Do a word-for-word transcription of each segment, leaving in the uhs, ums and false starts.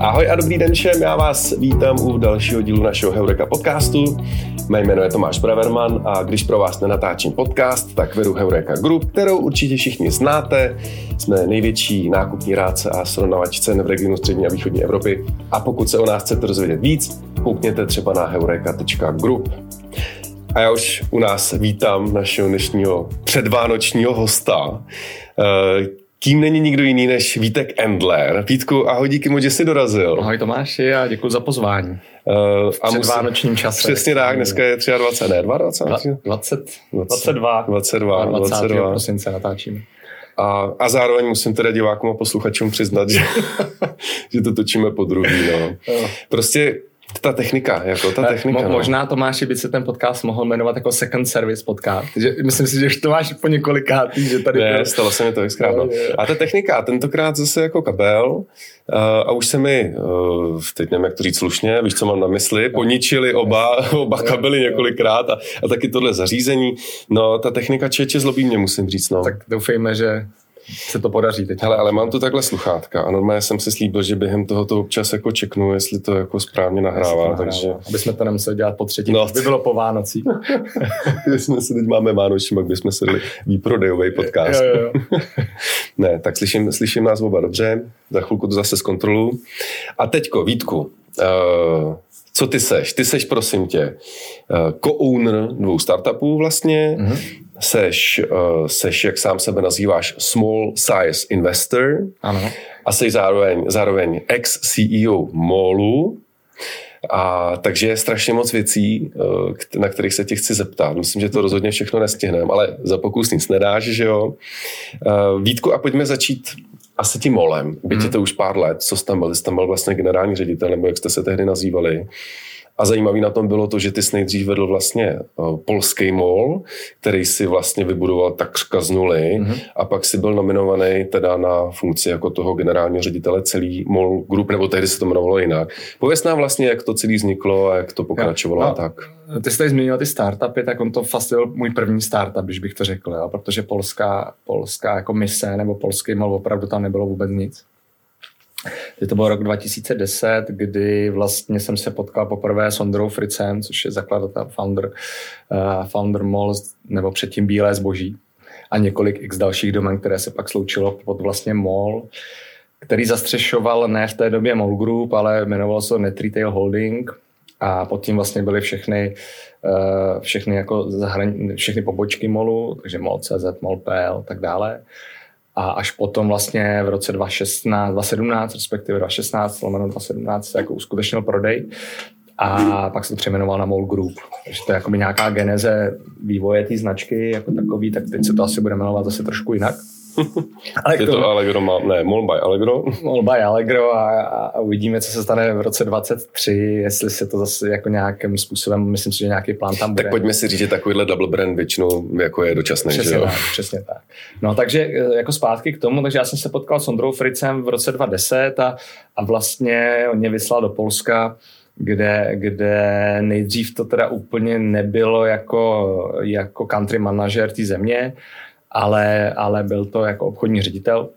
Ahoj a dobrý den všem, já vás vítám u dalšího dílu našeho Heureka podcastu. Mé jméno je Tomáš Braverman a když pro vás nenatáčím podcast, tak vedu Heureka Group, kterou určitě všichni znáte. Jsme největší nákupní rádce a srovnávač cen v regionu střední a východní Evropy. A pokud se o nás chcete dozvědět víc, koukněte třeba na heureka tečka group. A já už u nás vítám našeho dnešního předvánočního hosta. Tím není nikdo jiný než Vítek Endler. Vítku, ahoj, díky moc, že jsi dorazil. Ahoj Tomáši a děkuji za pozvání. Uh, v předvánočním čase. Přesně tak, dneska je dvacátého třetího ne, dvacátého dvacet, dvacet dva. dvacet dva. dvacátého prosince natáčíme. A, a zároveň musím teda divákům a posluchačům přiznat, že, že to točíme po druhý. No. Prostě ta technika, jako ta technika. Mo, no. Možná Tomáši by se ten podcast mohl jmenovat jako Second Service podcast. Že, myslím si, že už to máš po několikátý, že tady... Ne, stalo se mi to xkrát. No. A ta technika, tentokrát zase jako kabel uh, a už se mi, uh, teď nevím, jak to říct slušně, víš, co mám na mysli, poničili oba, oba kabely několikrát a, a taky tohle zařízení. No, ta technika čeče zlobí mě, musím říct. No. Tak doufejme, že se to podaří teď. Hele, ale mám tu takhle sluchátka a normálně jsem si slíbil, že během tohoto občas jako čeknu, jestli to jako správně nahrává. Takže... Aby jsme to nemuseli dělat po třetí, no, by bylo po Vánocích. Když jsme se teď máme Vánoční, pak bychom se dali výprodejový podcast. Jo, jo, jo. Ne, tak slyším, slyším nás oba dobře, za chvilku to zase zkontroluju. A teďko, Vítku, uh, co ty seš? Ty seš, prosím tě, uh, co-owner dvou startupů vlastně, mm-hmm. Seš, uh, seš, jak sám sebe nazýváš, small size investor. Ano. A jsi zároveň, zároveň ex-C E O MOLu. A takže je strašně moc věcí, uh, na kterých se tě chci zeptat. Myslím, že to rozhodně všechno nestihneme, ale za pokus nic nedáš, že jo. Uh, Vítku, a pojďme začít asi tím MOLem. Byť je to už pár let, co jsi tam byl. Jsi tam byl vlastně generální ředitel, nebo jak jste se tehdy nazývali. A zajímavý na tom bylo to, že ty jsi nejdřív vedl vlastně uh, polský MOL, který si vlastně vybudoval takřka z nuly, mm-hmm. a pak si byl nominovaný teda na funkci jako toho generálního ředitele celý MOL Group, nebo tehdy se to jmenovalo jinak. Pověz nám vlastně, jak to celý vzniklo a jak to pokračovalo no, a tak. Ty jsi tady zmínil ty startupy, tak on to fakt byl můj první startup, když bych to řekl, jo? Protože polská, polská jako mise nebo polský MOL opravdu tam nebylo vůbec nic. To byl rok dva tisíce deset, kdy vlastně jsem se potkal poprvé s Ondrou Fritzem, což je zakladatel, founder, uh, founder MOL, nebo předtím Bílé zboží a několik x dalších domen, které se pak sloučilo pod vlastně MOL, který zastřešoval ne v té době MOL Group, ale jmenoval se Net Retail Holding a pod tím vlastně byly všechny, uh, všechny, jako zahrani- všechny pobočky MOLu, takže MOL tečka cé zet, MOL tečka pé el a tak dále. A až potom vlastně v roce dva tisíce šestnáct, dva tisíce sedmnáct, respektive dva tisíce šestnáct, lomeno dva tisíce sedmnáct se jako uskutečnil prodej a pak se to přejmenoval na MOL Group. Takže to je jakoby nějaká geneze vývoje té značky jako takový, tak teď se to asi bude jmenovat zase trošku jinak. Ale je to, to Allegro, má, ne, MOL by Allegro. MOL by Allegro a, a uvidíme, co se stane v roce dvacet tři, jestli se to zase jako nějakým způsobem, myslím si, že nějaký plán tam bude. Tak pojďme si říct, že takovýhle double brand většinou jako je dočasný, přesně že jo? Tak, přesně tak. No takže jako zpátky k tomu, takže já jsem se potkal s Ondrou Fritzem v roce dva tisíce deset a, a vlastně on mě vyslal do Polska, kde, kde nejdřív to teda úplně nebylo jako, jako country manažer té země, Ale, ale byl to jako obchodní ředitel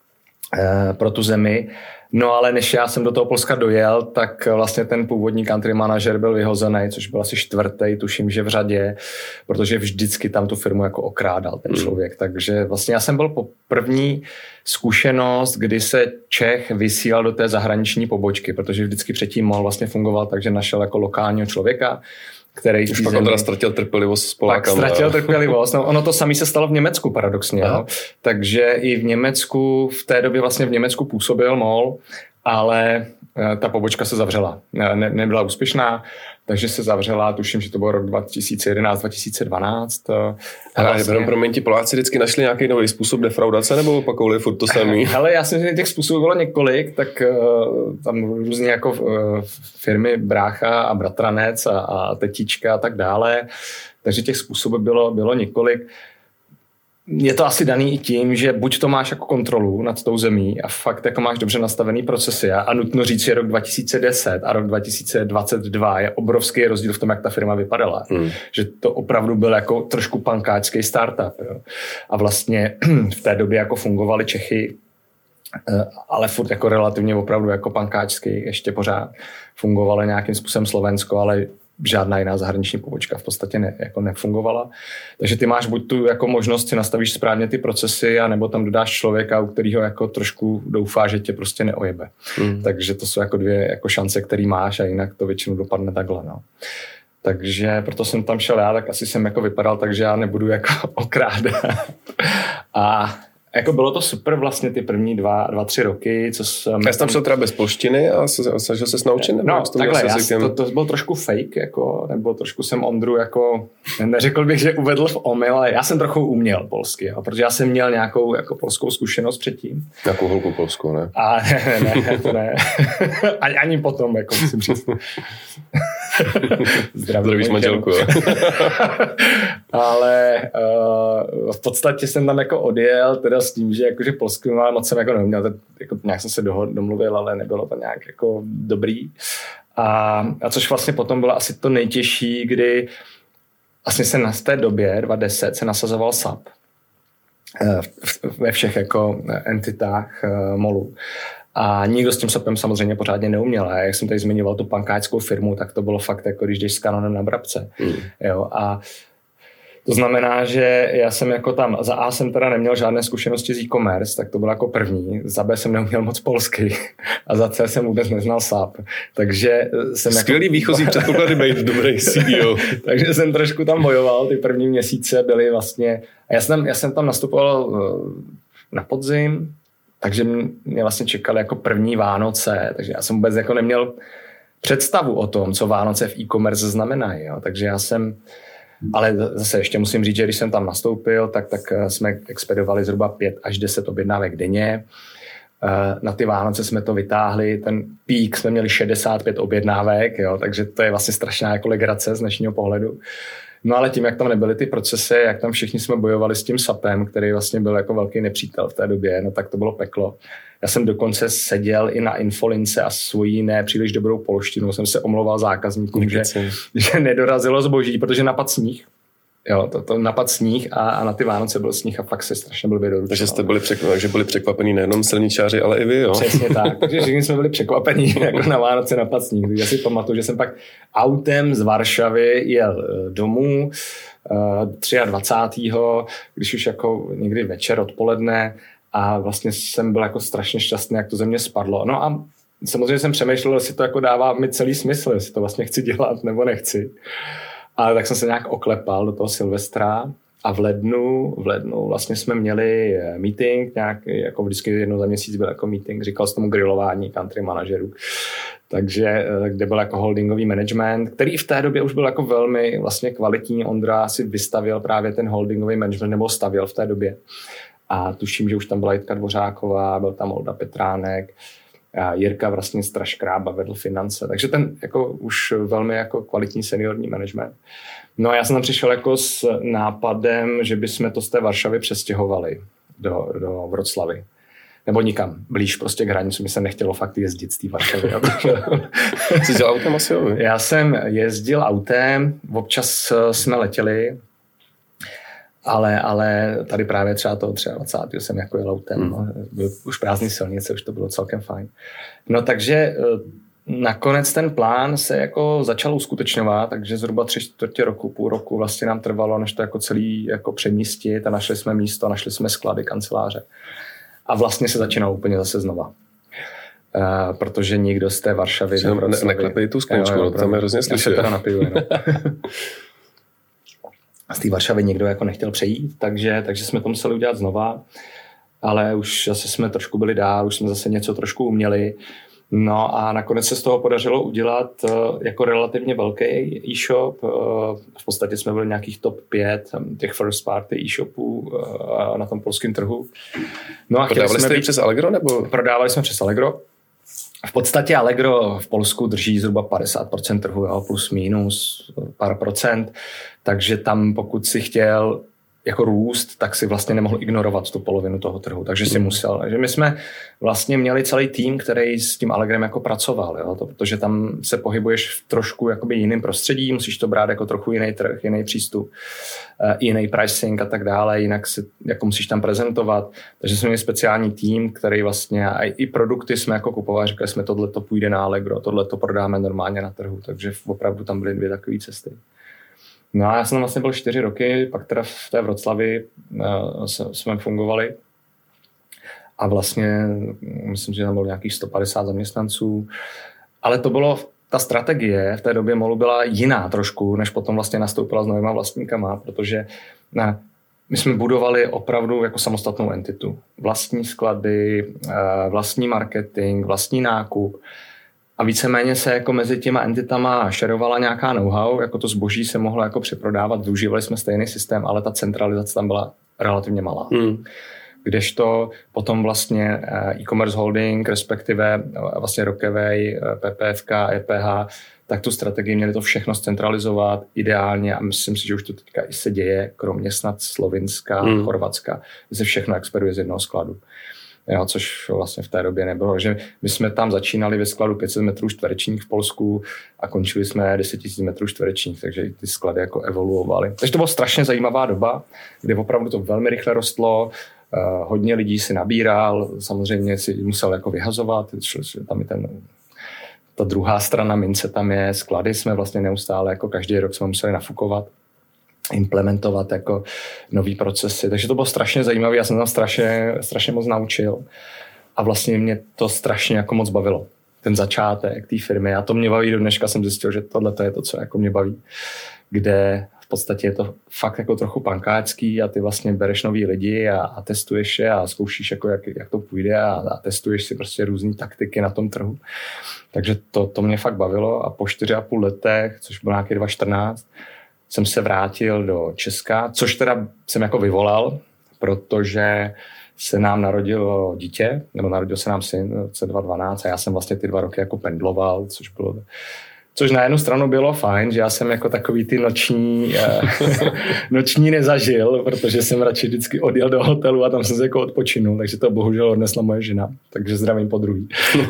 eh, pro tu zemi. No ale než já jsem do toho Polska dojel, tak vlastně ten původní country manažer byl vyhozený, což byl asi čtvrtý, tuším, že v řadě, protože vždycky tam tu firmu jako okrádal ten člověk. Mm. Takže vlastně já jsem byl po první zkušenost, kdy se Čech vysílal do té zahraniční pobočky, protože vždycky předtím mohl vlastně fungoval, takže našel jako lokálního člověka, který už pak on teda ztratil trpělivost s Polákama. Pak ztratil trpělivost. No, ono to samé se stalo v Německu paradoxně. No. Takže i v Německu, v té době vlastně v Německu působil MOL, ale ta pobočka se zavřela. Ne, nebyla úspěšná, takže se zavřela, tuším, že to byl rok dva tisíce jedenáct dva tisíce dvanáct. A vlastně... promiň, ti Poláci vždycky našli nějaký nový způsob defraudace, nebo opakovali furt to samý? Hele, já si myslím, že těch způsobů bylo několik, tak uh, tam různě jako uh, firmy brácha a bratranec a, a tetička a tak dále, takže těch způsobů bylo, bylo několik. Je to asi daný i tím, že buď to máš jako kontrolu nad tou zemí a fakt jako máš dobře nastavený procesy a, a nutno říct, že rok dva tisíce deset a rok dva tisíce dvacet dva je obrovský rozdíl v tom, jak ta firma vypadala. Hmm. Že to opravdu byl jako trošku pankáčský startup. Jo. A vlastně v té době jako fungovaly Čechy ale furt jako relativně opravdu jako pankáčsky ještě pořád fungovalo nějakým způsobem Slovensko, ale žádná jiná zahraniční pobočka v podstatě ne, jako nefungovala. Takže ty máš buď tu jako možnost, si nastavíš správně ty procesy, anebo tam dodáš člověka, u kterého jako trošku doufá, že tě prostě neojebe. Mm. Takže to jsou jako dvě jako šance, které máš a jinak to většinou dopadne takhle. No. Takže proto jsem tam šel já, tak asi jsem jako vypadal, takže já nebudu jako okrádat. A jako bylo to super vlastně ty první dva, dva tři roky, co jsem... Já jsem tam šel teda bez polštiny a snažil se naučit? Nebo no, takhle, já, to, to byl trošku fake, jako, nebo trošku jsem Ondru jako, neřekl bych, že uvedl v omyl, ale já jsem trochu uměl polsky, jo, protože já jsem měl nějakou jako polskou zkušenost předtím. Nějakou holku polskou, ne? A ne, ne, ne, to ne. Ani, ani potom, jako musím říct. Zdravíš manželku, jo. Ale uh, v podstatě jsem tam jako odjel, teda s tím, že jakože polsky moc jsem jako neuměl, tak jako nějak jsem se dohod, domluvil, ale nebylo to nějak jako dobrý. A, a což vlastně potom bylo asi to nejtěžší, kdy vlastně se na té době, dva tisíce deset, se nasazoval S A P ve všech jako entitách molu. A nikdo s tím SAPem samozřejmě pořádně neuměl. A jak jsem tady zmiňoval tu pankáčskou firmu, tak to bylo fakt jako když jdeš s kanonem na brabce. Mm. Jo, a to znamená, že já jsem jako tam, za A jsem teda neměl žádné zkušenosti z e-commerce, tak to bylo jako první. Za B jsem neuměl moc polsky a za C jsem vůbec neznal S A P. Takže jsem skvělý jako... výchozí předpoklady být dobrý C E O. Takže jsem trošku tam bojoval, ty první měsíce byly vlastně... A já jsem, já jsem tam nastupoval na podzim, takže mě vlastně čekali jako první Vánoce, takže já jsem vůbec jako neměl představu o tom, co Vánoce v e-commerce znamenají. Jo. Takže já jsem... Ale zase ještě musím říct, že když jsem tam nastoupil, tak, tak jsme expedovali zhruba pět až deset objednávek denně. Na ty Vánoce jsme to vytáhli, ten pík jsme měli šedesát pět objednávek, jo, takže to je vlastně strašná jako legrace z dnešního pohledu. No ale tím, jak tam nebyly ty procesy, jak tam všichni jsme bojovali s tím SAPem, který vlastně byl jako velký nepřítel v té době, no tak to bylo peklo. Já jsem dokonce seděl i na infolince a svojí ne příliš dobrou polštinu jsem se omlouval zákazníkům, že, že nedorazilo zboží, protože napad sníh. Jo, to, to napad sníh a, a na ty Vánoce byl sníh a fakt se strašně blbě doručoval. Takže jste byli, překvapení, takže byli překvapení nejenom silničáři, ale i vy, jo? Přesně tak, takže všichni jsme byli překvapení jako na Vánoce napad sníh. Já si pamatuju, že jsem pak autem z Varšavy jel domů dvacátého třetího když už jako někdy večer, odpoledne a vlastně jsem byl jako strašně šťastný, jak to ze mě spadlo. No a samozřejmě jsem přemýšlel, jestli to jako dává mi celý smysl, jestli to vlastně chci dělat nebo nechci. Ale tak jsem se nějak oklepal do toho Silvestra a v lednu, v lednu vlastně jsme měli meeting, nějak, jako vždycky jednou za měsíc byl jako meeting, říkal se tomu grilování country manažerů. Takže kde byl jako holdingový management, který v té době už byl jako velmi vlastně kvalitní. Ondra si vystavil právě ten holdingový management, nebo stavěl v té době. A tuším, že už tam byla Jitka Dvořáková, byl tam Olda Petránek, a Jirka vlastně Straškrába vedl finance, takže ten jako už velmi jako kvalitní seniorní management. No a já jsem tam přišel jako s nápadem, že bychom to z té Varšavy přestěhovali do, do Vroclavy. Nebo nikam, blíž prostě k hranici, mi se nechtělo fakt jezdit z té Varšavy. Jsi jezdil autem asi, jo? Já jsem jezdil autem, občas jsme letěli, Ale, ale tady právě třeba toho dvacátého třetího jsem jako jel autem. Hmm. No. Byl už prázdný silnice, už to bylo celkem fajn. No takže nakonec ten plán se jako začal uskutečňovat, takže zhruba tři čtvrtě roku, půl roku vlastně nám trvalo, než to jako celý jako přemístit a našli jsme místo, našli jsme sklady, kanceláře. A vlastně se začínalo úplně zase znova. Uh, protože nikdo z té Varšavy... Ne, neklepej tu skleničku, no, tam je hrozně slyšet. Já se teda napiju, no. Z té Varšavy někdo jako nechtěl přejít, takže, takže jsme to museli udělat znova, ale už zase jsme trošku byli dál, už jsme zase něco trošku uměli. No a nakonec se z toho podařilo udělat jako relativně velký e-shop. V podstatě jsme byli nějakých top pět těch first party e-shopů na tom polském trhu. No a prodávali jste být... přes Allegro? Nebo? Prodávali jsme přes Allegro. V podstatě Allegro v Polsku drží zhruba padesát procent trhu, jo, plus minus pár procent, takže tam pokud si chtěl jako růst, tak si vlastně nemohl ignorovat tu polovinu toho trhu, takže si musel. Takže my jsme vlastně měli celý tým, který s tím Allegrem jako pracoval, jo? To, protože tam se pohybuješ v trošku jakoby jiným prostředí, musíš to brát jako trochu jiný trh, jiný přístup, uh, jiný pricing a tak dále, jinak se jako musíš tam prezentovat. Takže jsme měli speciální tým, který vlastně a i produkty jsme jako kupovali, říkali jsme, tohle to půjde na Allegro, tohle to prodáme normálně na trhu, takže opravdu tam byly dvě takové cesty. No a já jsem tam vlastně byl čtyři roky, pak teda v té Wroclavi uh, jsme fungovali a vlastně myslím, že tam bylo nějakých sto padesát zaměstnanců, ale to bylo, ta strategie v té době Molu byla jiná trošku, než potom vlastně nastoupila s novýma vlastníkama, protože ne, my jsme budovali opravdu jako samostatnou entitu. Vlastní sklady, uh, vlastní marketing, vlastní nákup. A víceméně se jako mezi těma entitama šerovala nějaká know-how, jako to zboží se mohlo jako přeprodávat, využívali jsme stejný systém, ale ta centralizace tam byla relativně malá. Hmm. Kdežto potom vlastně e-commerce holding, respektive vlastně Rockaway, P P F K, E P H, tak tu strategii měli to všechno zcentralizovat ideálně a myslím si, že už to teďka i se děje, kromě snad Slovinska, hmm. Chorvatska, že se všechno expeduje z jednoho skladu. Jo, což vlastně v té době nebylo. Že my jsme tam začínali ve skladu pět set metrů čtverečních v Polsku a končili jsme deset tisíc metrů čtverečních, takže i ty sklady jako evoluovaly. Takže to byla strašně zajímavá doba, kde opravdu to velmi rychle rostlo, uh, hodně lidí si nabíral, samozřejmě si musel jako vyhazovat, tam je ten, ta druhá strana mince tam je, sklady jsme vlastně neustále, jako každý rok jsme museli nafukovat, implementovat jako nový procesy. Takže to bylo strašně zajímavé, já jsem tam strašně, strašně moc naučil a vlastně mě to strašně jako moc bavilo. Ten začátek té firmy a to mě baví do dneška, jsem zjistil, že tohle je to, co jako mě baví, kde v podstatě je to fakt jako trochu pankácký a ty vlastně bereš nový lidi a, a testuješ je a zkoušíš, jako jak, jak to půjde a, a testuješ si prostě různý taktiky na tom trhu. Takže to, to mě fakt bavilo a po čtyři a půl letech, což bylo nějaký dva tisíce čtrnáct, jsem se vrátil do Česka, což teda jsem jako vyvolal, protože se nám narodilo dítě, nebo narodil se nám syn v roce dva tisíce dvanáct a já jsem vlastně ty dva roky jako pendloval, což bylo... Což na jednu stranu bylo fajn, že já jsem jako takový ty noční, noční nezažil, protože jsem radši vždycky odjel do hotelu a tam jsem se jako odpočinul, takže to bohužel odnesla moje žena, takže zdravím po druhý.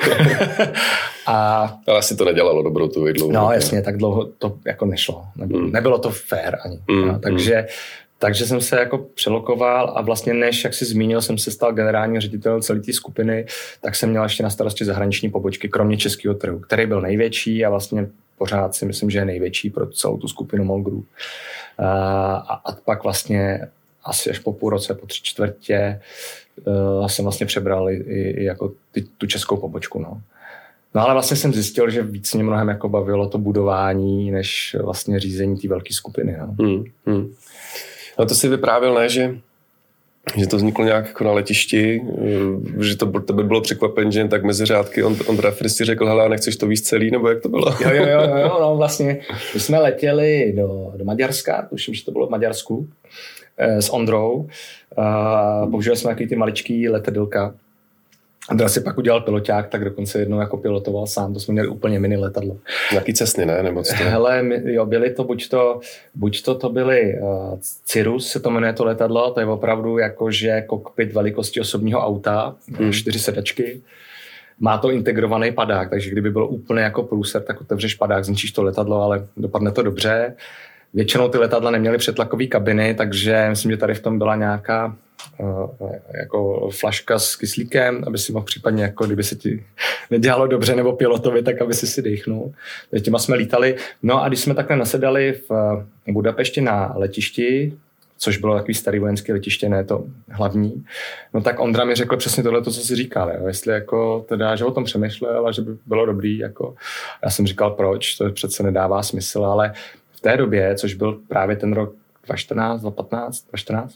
a, Ale asi to nedělalo dobrou tu dlouho. No jasně, tak dlouho to jako nešlo. Nebylo, mm. nebylo to fair ani. Mm. No, takže, takže jsem se jako přelokoval a vlastně než, jak jsi zmínil, jsem se stal generální ředitel celé té skupiny, tak jsem měl ještě na starosti zahraniční pobočky, kromě českého trhu, který byl největší a vlastně pořád si myslím, že je největší pro celou tu skupinu Mall Group. A, a pak vlastně asi až po půl roce, po tři čtvrtě uh, jsem vlastně přebral i, i jako ty, tu českou pobočku. No. no ale vlastně jsem zjistil, že víc mě mnohem jako bavilo to budování, než vlastně řízení té velké skupiny. No. Hmm, hmm. No to si vyprávěl, ne, že, že to vzniklo nějak jako na letišti, že to tebe bylo překvapení, že tak mezi řádky on, Ondra Fris si řekl, hele, nechceš to víc celý, nebo jak to bylo? Jo, jo, jo, jo no vlastně, my jsme letěli do, do Maďarska, tuším, že to bylo v Maďarsku, eh, s Ondrou, a použili jsme nějaký ty maličký letadlka. Ondra si pak udělal piloťák, tak dokonce jednou jako pilotoval sám, to jsme měli úplně mini letadlo. Nějaký Cessny, ne? Nebo co? Hele, my, jo, byly to, buď to, buď to, to byly uh, Cirrus, se to jmenuje to letadlo, to je opravdu jakože kokpit velikosti osobního auta, hmm. čtyři sedačky. Má to integrovaný padák, takže kdyby bylo úplně jako průser, tak otevřeš padák, zničíš to letadlo, ale dopadne to dobře. Většinou ty letadla neměly přetlakové kabiny, takže myslím, že tady v tom byla nějaká uh, jako flaška s kyslíkem, aby si mohl případně, jako kdyby se ti nedělalo dobře nebo pilotovi, tak aby si si dechnul. Takže těma jsme lítali. No a když jsme takhle nasedali v Budapešti na letišti, což bylo takový starý vojenský letiště, ne to hlavní, no tak Ondra mi řekl přesně tohle, co si říkal, jo? Jestli jako teda, že o tom přemýšlel a že by bylo dobrý, jako já jsem říkal, proč, to přece nedává smysl, ale v té době, což byl právě ten rok dva tisíce čtrnáct, dva tisíce patnáct, dva tisíce čtrnáct,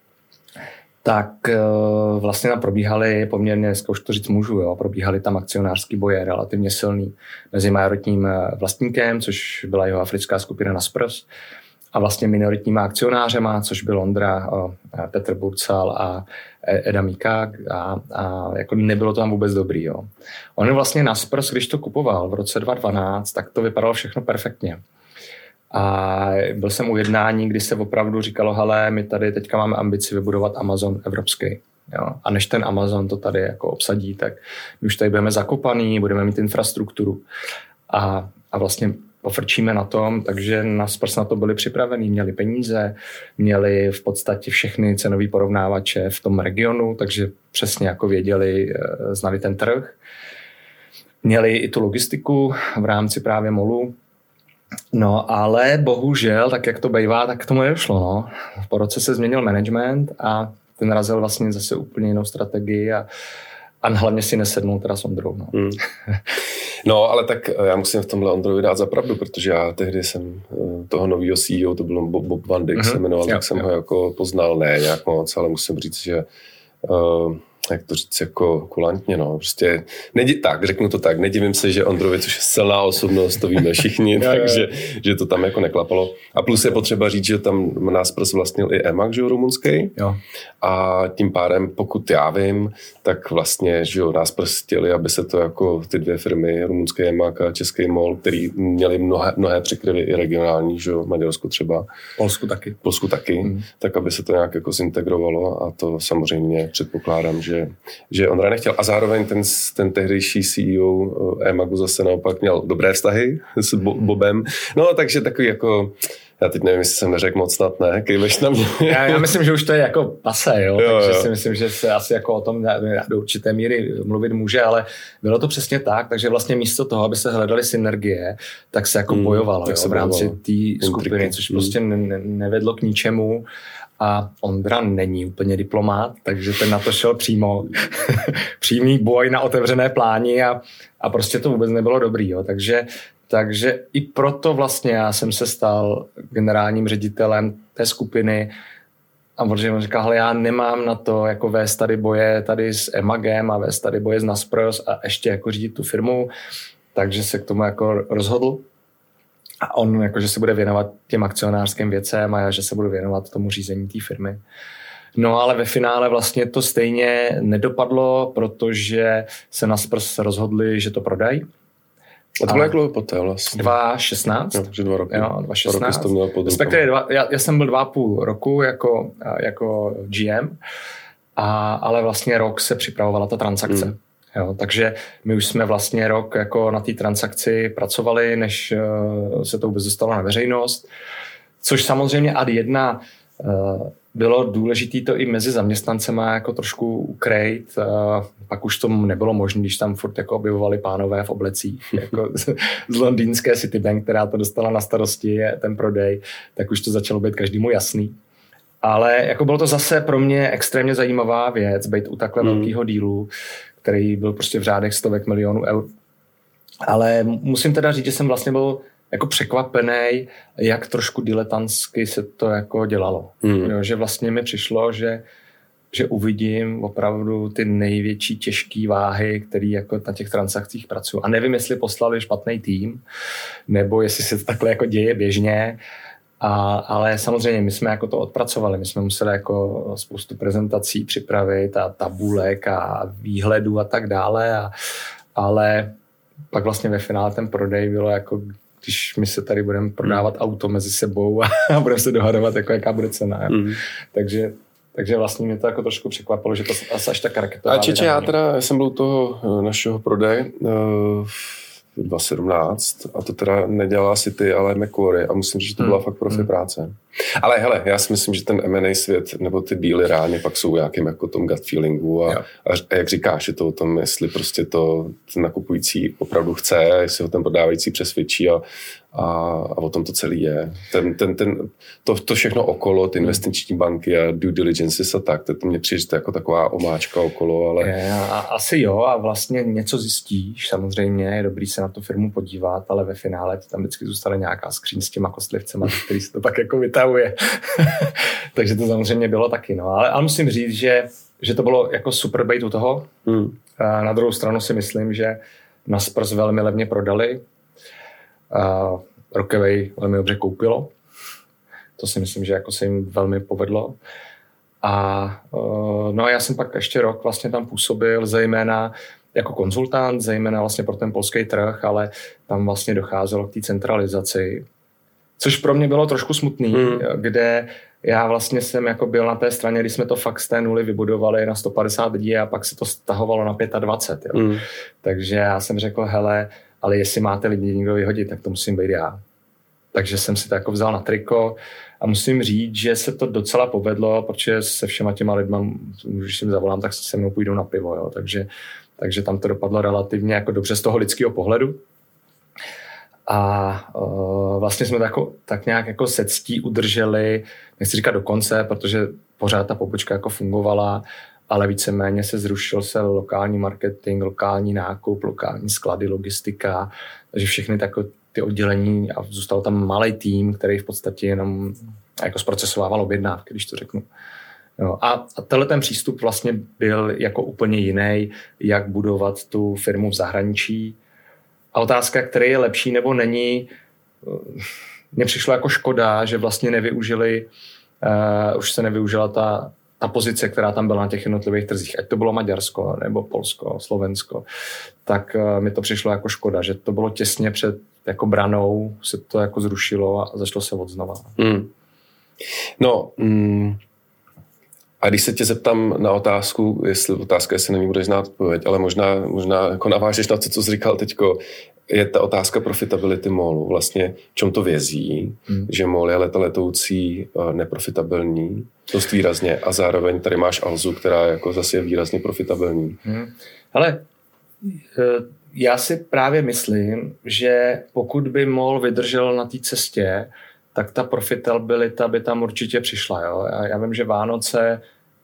tak uh, vlastně tam probíhaly poměrně, dneska už to říct můžu, jo, probíhaly tam akcionářský boje relativně silný mezi majoritním vlastníkem, což byla jeho africká skupina Naspers, a vlastně minoritníma akcionářema, což byl Ondra, uh, Petr Burcal a Eda Míka a, a jako nebylo to tam vůbec dobrý. Jo. On vlastně Naspers, když to kupoval v roce dva tisíce dvanáct, tak to vypadalo všechno perfektně. A byl jsem u jednání, kdy se opravdu říkalo, hele, my tady teďka máme ambici vybudovat Amazon evropský. Jo? A než ten Amazon to tady jako obsadí, tak my už tady budeme zakopaný, budeme mít infrastrukturu a, a vlastně pofrčíme na tom, takže nás prostě na to byli připravení, měli peníze, měli v podstatě všechny cenové porovnávače v tom regionu, takže přesně jako věděli, znali ten trh. Měli i tu logistiku v rámci právě molu. No, ale bohužel, tak jak to bývá, tak k tomu nedošlo. No. Po roce se změnil management a ten razil vlastně zase úplně jinou strategii a, a hlavně si nesednul teda s Ondrou. No. Hmm. No, ale tak já musím v tomhle Ondrovi dát za pravdu, protože já tehdy jsem toho nového C E O, to byl Bob, Bob Van Dijk, mm-hmm. se jmenoval, jo, tak jsem jo. ho jako poznal, ne nějak moc, ale musím říct, že uh, jak to říct, jako kulantně, no, prostě, nedí, tak, řeknu to tak, nedivím se, že Ondrovi, což je silná osobnost, to víme všichni, takže že to tam jako neklapalo. A plus je potřeba říct, že tam nás prostě vlastnil i Emag, že jo, rumunský. Jo. A tím pádem, pokud já vím, tak vlastně, že jo, nás prostě chtěli, aby se to jako ty dvě firmy, rumunský Emag a český MOL, který měli mnohé, mnohé překryvy i regionální, že jo, Maďarsku třeba. Polsku taky. Polsku taky, mm. tak aby se to nějak jako zintegrovalo a to samozřejmě předpokládám, že Že, že Ondra nechtěl. A zároveň ten, ten tehdejší C E O Emagu zase naopak měl dobré vztahy s Bo- Bobem. No, takže takový jako, já teď nevím, jestli jsem neřekl moc snad, ne? Kejveš na mě. Já, já myslím, že už to je jako pase, jo? jo takže jo. si myslím, že se asi jako o tom do určité míry mluvit může, ale bylo to přesně tak, takže vlastně místo toho, aby se hledaly synergie, tak se jako hmm, bojovalo jo, v rámci té skupiny, což hmm. prostě ne, nevedlo k ničemu. A Ondra není úplně diplomát, takže ten na to šel přímo. Přímý boj na otevřené pláni a, a prostě to vůbec nebylo dobrý. Jo. Takže, takže i proto vlastně já jsem se stal generálním ředitelem té skupiny a protože on říkal, hele, já nemám na to jako vést tady boje tady s Emagem a vést tady boje s Naspers a ještě jako řídit tu firmu, takže se k tomu jako rozhodl. A on jakože se bude věnovat těm akcionářským věcem a já, že se budu věnovat tomu řízení té firmy. No ale ve finále vlastně to stejně nedopadlo, protože se Naspers rozhodli, že to prodají. A to bylo jak dlouho poté vlastně? dva šestnáct. Jo, že dva roky. Jo, dva šestnáct. Dva roky to měl Respektive dva, já, já jsem byl dva a půl roku jako, jako G M, a, ale vlastně rok se připravovala ta transakce. Hmm. Jo, takže my už jsme vlastně rok jako na té transakci pracovali, než uh, se to vůbec dostalo na veřejnost, což samozřejmě ad jedna uh, bylo důležité to i mezi zaměstnancema jako trošku ukrejt, uh, pak už to nebylo možné, když tam furt jako objevovali pánové v oblecích, jako z, z londýnské Citibank, která to dostala na starosti, ten prodej, tak už to začalo být každému jasný. Ale jako bylo to zase pro mě extrémně zajímavá věc, být u takhle mm. velkého dílu, který byl prostě v řádech stovek milionů eur. Ale musím teda říct, že jsem vlastně byl jako překvapený, jak trošku diletantsky se to jako dělalo. Mm. Jo, že vlastně mi přišlo, že, že uvidím opravdu ty největší těžké váhy, které jako na těch transakcích pracují. A nevím, jestli poslali špatný tým, nebo jestli se to takhle jako děje běžně. A, ale samozřejmě my jsme jako to odpracovali, my jsme museli jako spoustu prezentací připravit a tabulek a výhledů a tak dále, a, ale pak vlastně ve finále ten prodej bylo jako, když my se tady budeme prodávat auto mezi sebou a, a budeme se dohadovat, jako jaká bude cena. Mm. Takže, takže vlastně mě to jako trošku překvapilo, že to asi až tak raketová. A Čeče, já teda já jsem byl toho našeho prodeje uh, dva tisíce sedmnáct a to teda nedělala City, ale Macquarie a musím říct, že to byla hmm. fakt profi hmm. práce. Ale hele, já si myslím, že ten M and A svět nebo ty díly reálně pak jsou nějakým jako tom gut feelingu a, a jak říkáš, je to o tom, jestli prostě to ten nakupující opravdu chce, jestli ho ten prodávající přesvědčí a, a, a o tom to celý je. Ten, ten, ten, to, to všechno okolo, ty investiční banky a due diligences a tak, to, to mě přijde jako taková omáčka okolo, ale... Je, a asi jo a vlastně něco zjistíš, samozřejmě je dobrý se na tu firmu podívat, ale ve finále tam vždycky zůstane nějaká skříň s těma kostlivcema, který se to pak jako vytahuje. Takže to samozřejmě bylo taky, no. Ale, ale musím říct, že, že to bylo jako super být u toho. Hmm. A na druhou stranu si myslím, že Naspers velmi levně prodali. A Rockaway velmi dobře koupilo. To si myslím, že jako se jim velmi povedlo. A no a já jsem pak ještě rok vlastně tam působil, zejména jako konzultant, zejména vlastně pro ten polský trh, ale tam vlastně docházelo k té centralizaci. Což pro mě bylo trošku smutný, mm. kde já vlastně jsem jako byl na té straně, když jsme to fakt z té nuly vybudovali na sto padesát lidí a pak se to stahovalo na dvacet pět. Jo. Mm. Takže já jsem řekl, hele, ale jestli máte lidi někdo vyhodit, tak to musím být já. Takže jsem si to jako vzal na triko a musím říct, že se to docela povedlo, protože se všema těma lidma, když si jim zavolám, tak se mnou půjdou na pivo. Jo. Takže, takže tam to dopadlo relativně jako dobře z toho lidského pohledu. A uh, vlastně jsme to jako, tak nějak jako se ctí udrželi, nechci říkat do konce, protože pořád ta pobočka jako fungovala, ale víceméně se zrušil se lokální marketing, lokální nákup, lokální sklady, logistika, takže všechny takové ty oddělení a zůstal tam malý tým, který v podstatě jenom jako zprocesovával objednávky, když to řeknu. Jo, a, a tenhle ten přístup vlastně byl jako úplně jiný, jak budovat tu firmu v zahraničí. A otázka, který je lepší nebo není, mně přišlo jako škoda, že vlastně nevyužili, uh, už se nevyužila ta, ta pozice, která tam byla na těch jednotlivých trzích, ať to bylo Maďarsko, nebo Polsko, Slovensko, tak uh, mi to přišlo jako škoda, že to bylo těsně před jako branou, se to jako zrušilo a začalo se od znova. Hmm. No, mm, a když se tě zeptám na otázku, jestli otázka, jestli na ní budeš znát odpověď, ale možná, možná jako navážeš na to, co jsi říkal teďko, je ta otázka profitability mallu. Vlastně čem to vězí, hmm. že mall je leta letoucí neprofitabilní, dost výrazně, a zároveň tady máš Alzu, která jako zase je výrazně profitabilní. Hmm. Ale já si právě myslím, že pokud by mall vydržel na té cestě, tak ta profitabilita by tam určitě přišla. Jo? Já, já vím, že Vánoce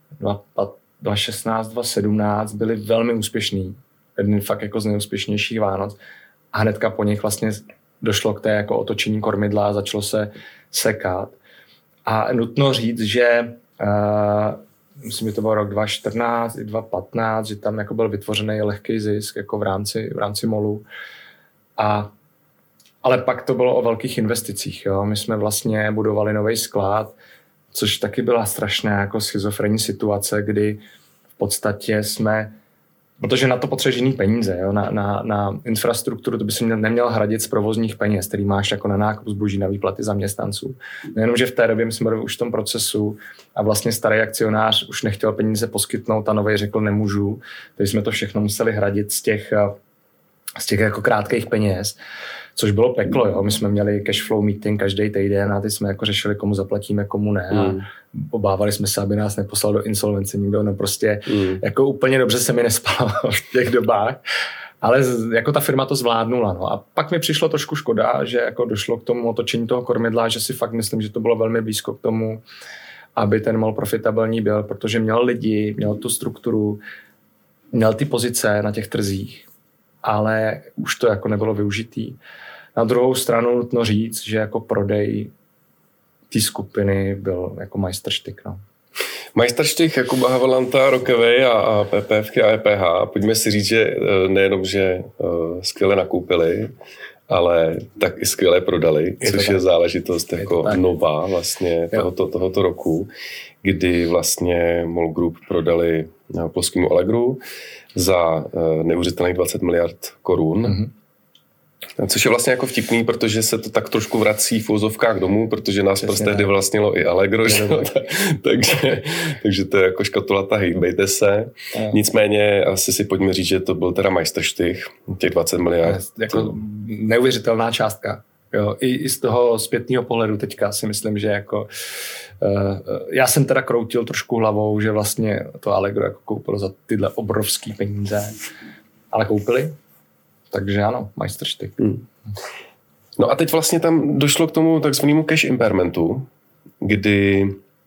dva šestnáct, dva sedmnáct byly velmi úspěšný. Jeden fakt jako z nejúspěšnějších Vánoc. A hnedka po nich vlastně došlo k té jako otočení kormidla a začalo se sekat. A nutno říct, že uh, myslím, že to byl rok dva čtrnáct i dva patnáct, že tam jako byl vytvořený lehký zisk jako v rámci, v rámci mallu. A ale pak to bylo o velkých investicích. Jo. My jsme vlastně budovali nový sklad, což taky byla strašná jako schizofrenní situace, kdy v podstatě jsme, protože na to potřebuješ jiný peníze, jo. Na, na, na infrastrukturu to by si neměl hradit z provozních peněz, který máš jako na nákup zboží, na výplaty zaměstnanců. Nejenom, že v té době my jsme byli už v tom procesu a vlastně starý akcionář už nechtěl peníze poskytnout a nový řekl nemůžu, takže jsme to všechno museli hradit z těch, z těch jako krátkých peněz. Což bylo peklo, jo. My jsme měli cash flow meeting každý týden a teď jsme jako řešili, komu zaplatíme, komu ne. A mm. obávali jsme se, aby nás neposlal do insolvence nikdo. No prostě mm. jako úplně dobře se mi nespalo v těch dobách. Ale jako ta firma to zvládnula. No. A pak mi přišlo trošku škoda, že jako došlo k tomu otočení toho kormidla, že si fakt myslím, že to bylo velmi blízko k tomu, aby ten mall profitabilní byl, protože měl lidi, měl tu strukturu, měl ty pozice na těch trzích, ale už to jako nebylo využitý. Na druhou stranu nutno říct, že jako prodej té skupiny byl jako majstrštyk. No. Majstrštych Jakuba Havelanta, Rockaway a, a PPFky a E P H. Pojďme si říct, že nejenom, že uh, skvěle nakoupili, ale tak i skvěle prodali, je což je tak. záležitost je jako nová vlastně tohoto, tohoto roku, kdy vlastně Mall Group prodali polskému Allegru za uh, neuvěřitelných dvacet miliard korun. Mm-hmm. Což je vlastně jako vtipný, protože se to tak trošku vrací v úzovkách domů, protože nás prostě tehdy vlastnilo i Allegro, takže, takže to je jako škatulata, hejbejte se. No. Nicméně asi si pojďme říct, že to byl teda majstrštych, těch dvacet miliard. Jako neuvěřitelná částka. Jo, i, i z toho zpětného pohledu teďka si myslím, že jako uh, já jsem teda kroutil trošku hlavou, že vlastně to Allegro jako koupilo za tyhle obrovský peníze, ale koupili. Takže ano, majstrštyk. Hmm. No a teď vlastně tam došlo k tomu takzvanému cash impairmentu, kdy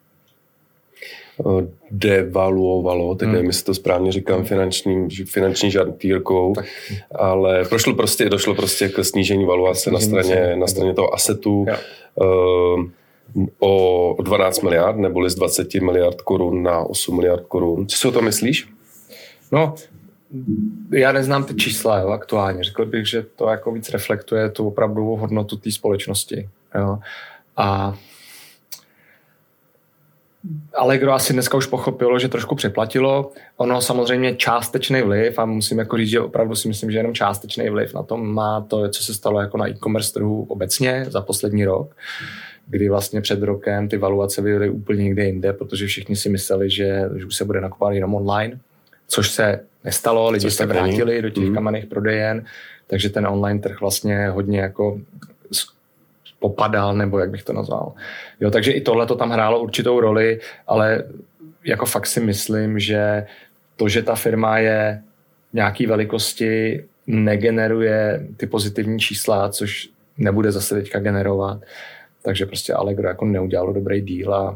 devaluovalo, teď hmm. nevím, jestli to správně říkám finančním, finanční žartírkou, tak. ale prošlo prostě, došlo prostě k snížení valuace na straně, na straně toho asetu uh, o dvanáct miliard, neboli z dvacet miliard korun na osm miliard korun. Co si o to myslíš? No, já neznám ty čísla, jo, aktuálně. Řekl bych, že to jako víc reflektuje tu opravdovou hodnotu té společnosti. Jo. A Allegro asi dneska už pochopilo, že trošku přeplatilo. Ono samozřejmě částečný vliv, a musím jako říct, že opravdu si myslím, že jenom částečný vliv na tom má to, co se stalo jako na e-commerce trhu obecně za poslední rok, kdy vlastně před rokem ty valuace byly úplně někde jinde, protože všichni si mysleli, že, že už se bude nakupovat jenom online, což se nestalo, lidi se vrátili do těch mm. kamenných prodejen, takže ten online trh vlastně hodně jako popadal, nebo jak bych to nazval. Jo, takže i tohle to tam hrálo určitou roli, ale jako fakt si myslím, že to, že ta firma je nějaký velikosti, negeneruje ty pozitivní čísla, což nebude zase teďka generovat. Takže prostě Allegro jako neudělalo dobrý deal a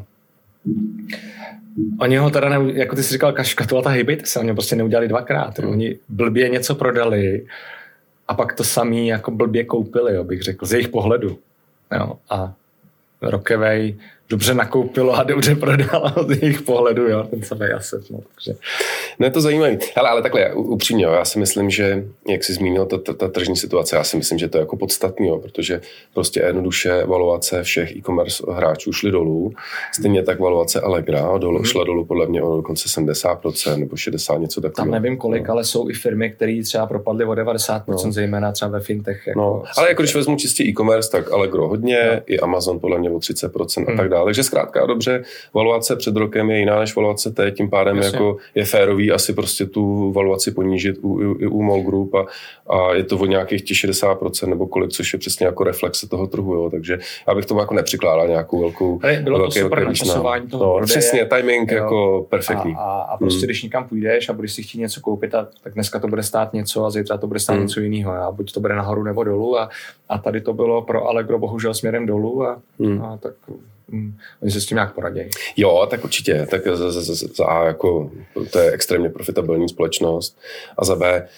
oni ho teda, ne, jako ty jsi říkal, kaškatulata, hejbejte se, oni prostě neudělali dvakrát. Mm. Oni blbě něco prodali a pak to samý jako blbě koupili, jo, bych řekl, z jejich pohledu. Jo, a Rockaway dobře nakoupilo a dobře prodalo z jejich pohledu, jo, ten samý asset. No, takže. No je to zajímavé. Hele, ale takhle, upřímně, já si myslím, že, jak jsi zmínil, ta, ta, ta tržní situace, já si myslím, že to je jako podstatný, jo, protože prostě jednoduše valuace všech e-commerce hráčů šly dolů, stejně tak valuace Allegra dolů, mm. šla dolů podle mě o dokonce sedmdesát procent nebo šedesát procent, něco takového. Tam nevím kolik, no. Ale jsou i firmy, které třeba propadly o devadesát procent, no. Zejména třeba ve fintech. Jako no. Ale jako když vezmu čistě e-commerce, tak Allegro hodně, no. I Amazon podle mě o třicet procent mm. a tak dále. Takže zkrátka dobře, valuace před rokem je jiná než valuace teď, tím pádem jako je férový asi prostě tu valuaci ponížit u, u, u Mall Group a, a je to o nějakých těch šedesát procent nebo kolik, což je přesně jako reflexe toho trhu, jo. Takže já bych tomu jako nepřikládal nějakou velkou... Ale bylo velké, to super načasování toho no, prodeje. Přesně, timing jo. Jako perfektní. A, a, a prostě, hmm. když někam půjdeš a budeš si chtít něco koupit, a, tak dneska to bude stát něco a zítra to bude stát hmm. něco jiného. A buď to bude nahoru nebo dolů a, a tady to bylo pro Allegro bohužel směrem dolů a, hmm. a tak... Hmm. Oni se s tím nějak poradějí. Jo, tak určitě. Tak za, za, za, za A jako to je extrémně profitabilní společnost a za B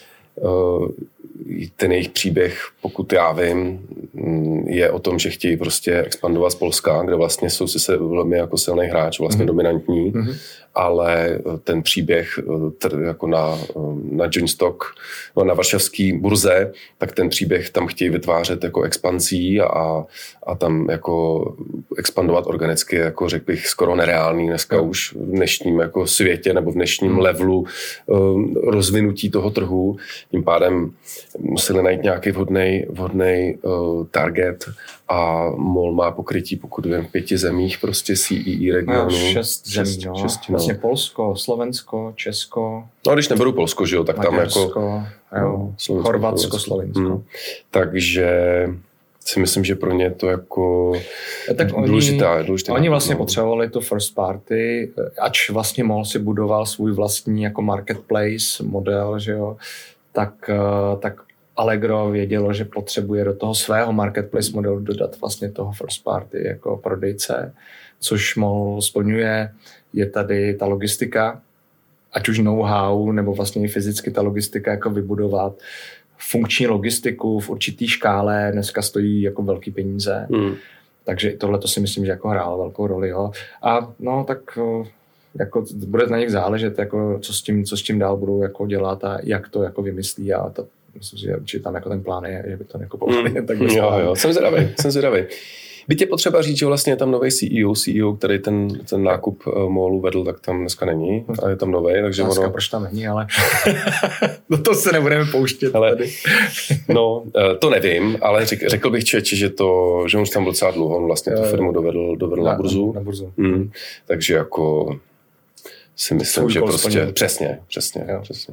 ten jejich příběh, pokud já vím, je o tom, že chtějí prostě expandovat z Polska, kde vlastně jsou si se velmi jako silný hráč, vlastně mm-hmm. dominantní, mm-hmm. ale ten příběh jako na, na Joinstock, na varšavský burze, tak ten příběh tam chtějí vytvářet jako expanzí a, a tam jako expandovat organicky, jako řekl bych, skoro nereálný dneska mm. už v dnešním jako světě nebo v dnešním mm. levelu um, rozvinutí toho trhu. Tím pádem museli najít nějaký vhodný, vhodný uh, target a Mall má pokrytí, pokud vím, v pěti zemích prostě C E E regionu. No, šest zemí, no. Šest, no. Vlastně Polsko, Slovensko, Česko. No, když neberu Polsko, že jo, tak Maďarsko, tam jako... Jo, Slovensko, Chorvatsko, Slovensko. Hmm. Takže si myslím, že pro ně to jako tak důležitá. Oni, důležitá oni vlastně no. potřebovali to first party, ač vlastně Mall si budoval svůj vlastní jako marketplace model, že jo, tak, tak Allegro vědělo, že potřebuje do toho svého marketplace modelu dodat vlastně toho first party jako prodejce, což Mall splňuje. Je tady ta logistika, ať už know-how, nebo vlastně i fyzicky ta logistika jako vybudovat. Funkční logistiku v určitý škále dneska stojí jako velký peníze. Hmm. Takže tohle to si myslím, že jako hrálo velkou roli. Jo. A no tak jako bude na nich záležet, jako co s tím, co s tím dál budou jako dělat a jak to jako vymyslí a to, myslím, že určitě tam jako ten plán je, že by to jako povedli. Mm. Tak jo, jo, jsem zvědavý, jsem zvědavý. Byť je potřeba říct, že vlastně je tam nový C E O, C E O, který ten, ten nákup uh, Mallu vedl, tak tam dneska není a je tam nový, takže dneska ono... proč tam není, ale do toho se nebudeme pouštět ale, tady. No, uh, to nevím, ale řek, řekl bych Čeči, že to, že už tam byl docela dlouho, on vlastně tu firmu dovedl, dovedl na, na burzu. Na burzu. Mm. Takže jako si myslím, Svůj že prostě splnil. přesně, přesně, jo. přesně.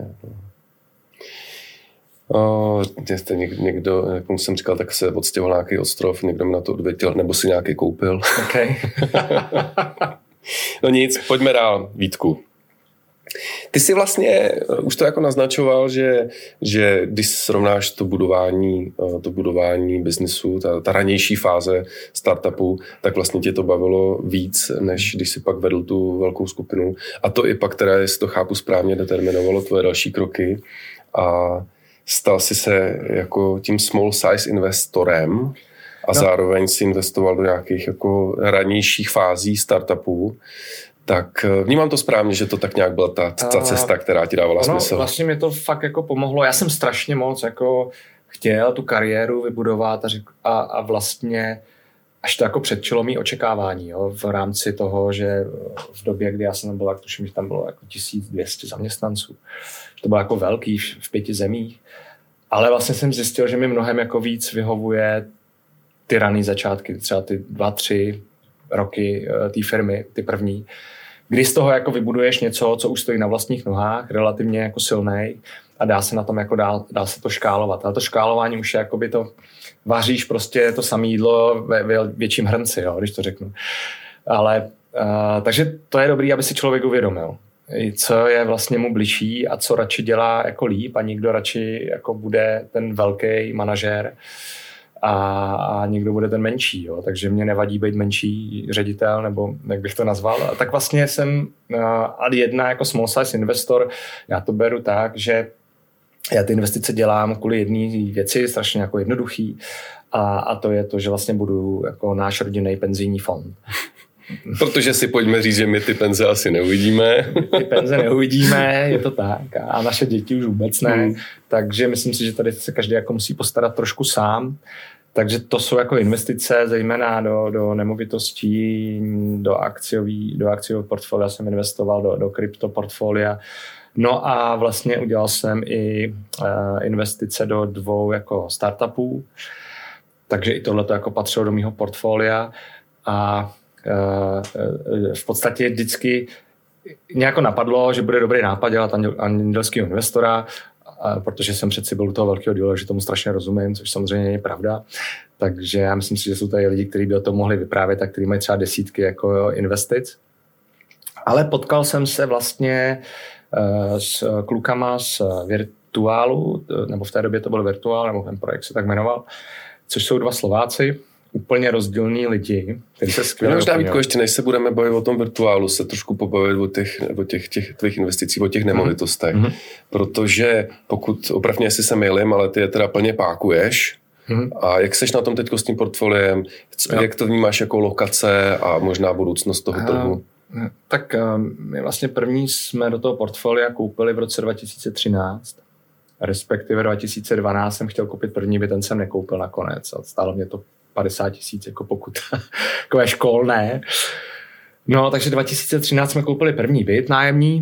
O, někdo, jak jsem říkal, tak se odstěhoval nějaký ostrov, někdo mi na to odvětil, nebo si nějaký koupil. Okay. No nic, pojďme dál, Vítku. Ty jsi vlastně už to jako naznačoval, že, že když srovnáš to budování, to budování biznisu, ta, ta ranější fáze startupu, tak vlastně tě to bavilo víc, než když si pak vedl tu velkou skupinu. A to i pak, které, jestli to chápu správně, determinovalo tvoje další kroky. A stal si se jako tím small size investorem a no. zároveň si investoval do nějakých jako ranějších fází startupů. Tak vnímám to správně, že to tak nějak byla ta, ta cesta, která ti dávala ono, smysl. Vlastně mi to fakt jako pomohlo. Já jsem strašně moc jako chtěl tu kariéru vybudovat a, řek, a, a vlastně až to jako předčilo očekávání, jo, v rámci toho, že v době, kdy já jsem tam byl, tak tuším, že tam bylo jako tisíc dvě stě zaměstnanců. To bylo jako velký v pěti zemích. Ale vlastně jsem zjistil, že mi mnohem jako víc vyhovuje ty raný začátky, třeba ty dva, tři roky té firmy, ty první, kdy z toho jako vybuduješ něco, co už stojí na vlastních nohách, relativně jako silnej a dá se na tom jako dá, dá se to škálovat. Ale to škálování už je jakoby to, vaříš prostě to samé jídlo ve, ve větším hrnci, jo, když to řeknu. Ale, uh, takže to je dobrý, aby si člověk uvědomil, co je vlastně mu bližší a co radši dělá jako líp a někdo radši jako bude ten velký manažer a, a někdo bude ten menší. Jo. Takže mě nevadí být menší ředitel, nebo jak bych to nazval. A tak vlastně jsem uh, ad jedna jako small size investor, já to beru tak, že já ty investice dělám kvůli jedné věci, strašně jako jednoduchý, a, a to je to, že vlastně budu jako náš rodinný penzijní fond. Protože si pojďme říct, že my ty penze asi neuvidíme. Ty penze neuvidíme, je to tak. A naše děti už vůbec ne. Hmm. Takže myslím si, že tady se každý jako musí postarat trošku sám. Takže to jsou jako investice, zejména do, do nemovitostí, do akciový, do akciového portfolia jsem investoval, do, do kryptoportfolia. No a vlastně udělal jsem i uh, investice do dvou jako startupů. Takže i tohle to jako patřilo do mého portfolia. A v podstatě vždycky nějako napadlo, že bude dobrý nápad dělat andělského investora, protože jsem přeci byl u toho velkého dílu, že tomu strašně rozumím, což samozřejmě není pravda. Takže já myslím si, že jsou tady lidi, kteří by o tom mohli vyprávět a kteří mají třeba desítky jako investic. Ale potkal jsem se vlastně s klukama z Virtuálu, nebo v té době to byl Virtuál, nebo ten projekt se tak jmenoval, což jsou dva Slováci, úplně rozdílní lidi, kteří se skvěle doplňují. Možná, Vítko, ještě než se budeme bavit o tom Virtuálu, se trošku pobavit o těch, o těch, těch tvých investicích, o těch nemovitostech. Mm-hmm. Protože pokud, opravdu jestli se mýlím, ale ty je teda plně pákuješ. Mm-hmm. A jak seš na tom teď s tím portfoliem? Jo. Jak to vnímáš jako lokace a možná budoucnost toho trhu? A, tak my vlastně první jsme do toho portfolia koupili v roce dva tisíce třináct. Respektive dva tisíce dvanáct jsem chtěl koupit první byt, ten jsem nekoupil nakonec. A stálo mě to padesát tisíc jako pokuta, takové školné. No, takže dva tisíce třináct jsme koupili první byt nájemní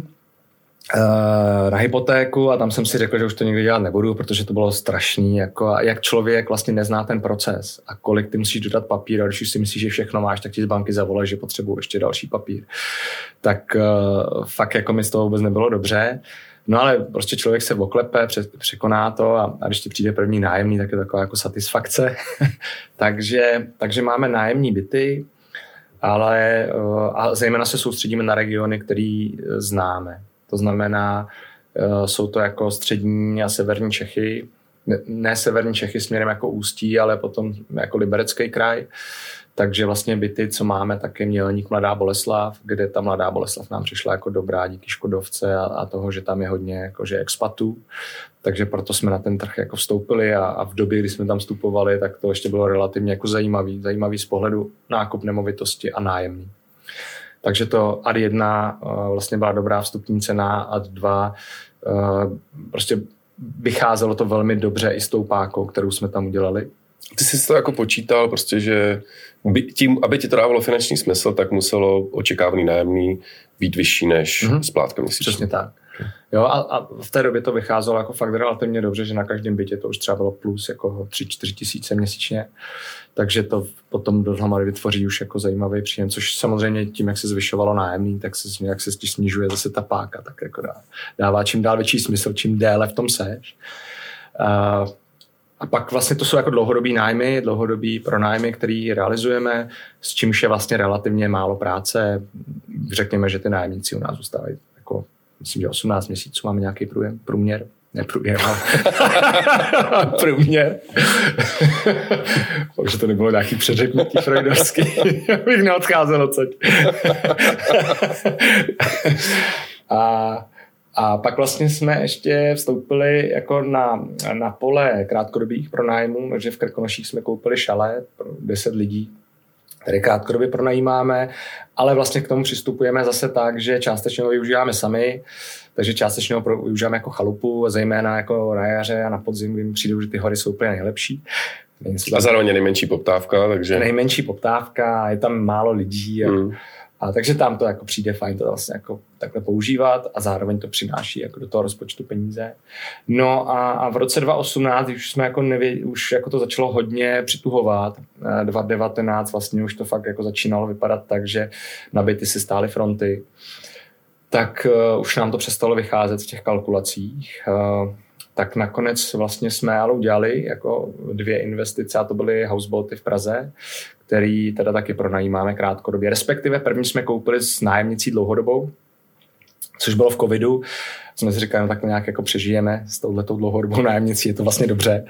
uh, na hypotéku a tam jsem si řekl, že už to nikdy dělat nebudu, protože to bylo strašný, jako jak člověk vlastně nezná ten proces a kolik ty musíš dodat papír a když už si myslíš, že všechno máš, tak ti z banky zavolají, že potřebuji ještě další papír. Tak uh, fakt jako mi z toho vůbec nebylo dobře. No ale prostě člověk se oklepe, překoná to a, a když ti přijde první nájemný, tak je taková jako satisfakce. takže, takže máme nájemní byty, ale a zejména se soustředíme na regiony, které známe. To znamená, jsou to jako střední a severní Čechy, ne, ne severní Čechy směrem jako Ústí, ale potom jako Liberecký kraj. Takže vlastně byty, co máme, tak je Mělník, Mladá Boleslav, kde ta Mladá Boleslav nám přišla jako dobrá díky Škodovce a, a toho, že tam je hodně jakože expatů. Takže proto jsme na ten trh jako vstoupili a, a v době, kdy jsme tam vstupovali, tak to ještě bylo relativně jako zajímavý. Zajímavý z pohledu nákup nemovitosti a nájemný. Takže to ad jedna vlastně byla dobrá vstupní cena, ad dva prostě vycházelo to velmi dobře i s tou pákou, kterou jsme tam udělali. Ty jsi to jako počítal, prostě, že by, tím, aby ti to dávalo finanční smysl, tak muselo očekávaný nájemný být vyšší než mm-hmm. splátka měsíčně. Přesně tak. Jo, a, a v té době to vycházelo jako fakt relativně dobře, že na každém bytě to už třeba bylo plus jako tři čtyři tisíce měsíčně. Takže to potom dohromady vytvoří už jako zajímavý příjem, což samozřejmě tím, jak se zvyšovalo nájemný, tak se nějak se snižuje zase ta páka, tak jako dá, dává čím dál větší smysl, čím déle v tom seš. Uh, A pak vlastně to jsou jako dlouhodobý nájmy, dlouhodobý pronájmy, který realizujeme, s čímž je vlastně relativně málo práce. Řekněme, že ty nájemníci u nás zůstávají jako, myslím, že osmnáct měsíců máme nějaký průjem, průměr. Ne průměr, ale průměr. Takže to nebylo nějaký předřeknutí freudovský. Bych neodcházel odsaď. A A pak vlastně jsme ještě vstoupili jako na, na pole krátkodobých pronájmů, takže v Krkonoších jsme koupili šalé pro deset lidí, které krátkodobě pronajímáme, ale vlastně k tomu přistupujeme zase tak, že částečně ho využíváme sami, takže částečně ho využíváme jako chalupu, zejména jako na jaře a na podzim, kdy mi přijdou, že ty hory jsou úplně nejlepší. A zároveň nejmenší poptávka, takže... Nejmenší poptávka, je tam málo lidí a, hmm. a takže tam to jako přijde fajn to vlastně jako takhle používat a zároveň to přináší jako do toho rozpočtu peníze. No a, a v roce dva tisíce osmnáct už jsme jako nevě, už jako to začalo hodně přituhovat. dva tisíce devatenáct vlastně už to fakt jako začínalo vypadat tak, že na byty si stály fronty. Tak uh, už nám to přestalo vycházet v těch kalkulacích. Uh, tak nakonec vlastně jsme ale udělali jako dvě investice a to byly houseboaty v Praze, který teda taky pronajímáme krátkodobě. Respektive první jsme koupili s nájemnicí dlouhodobou, což bylo v covidu. Jsme si říkali, no tak nějak jako přežijeme s touhletou dlouhodobou nájemnicí, je to vlastně dobře.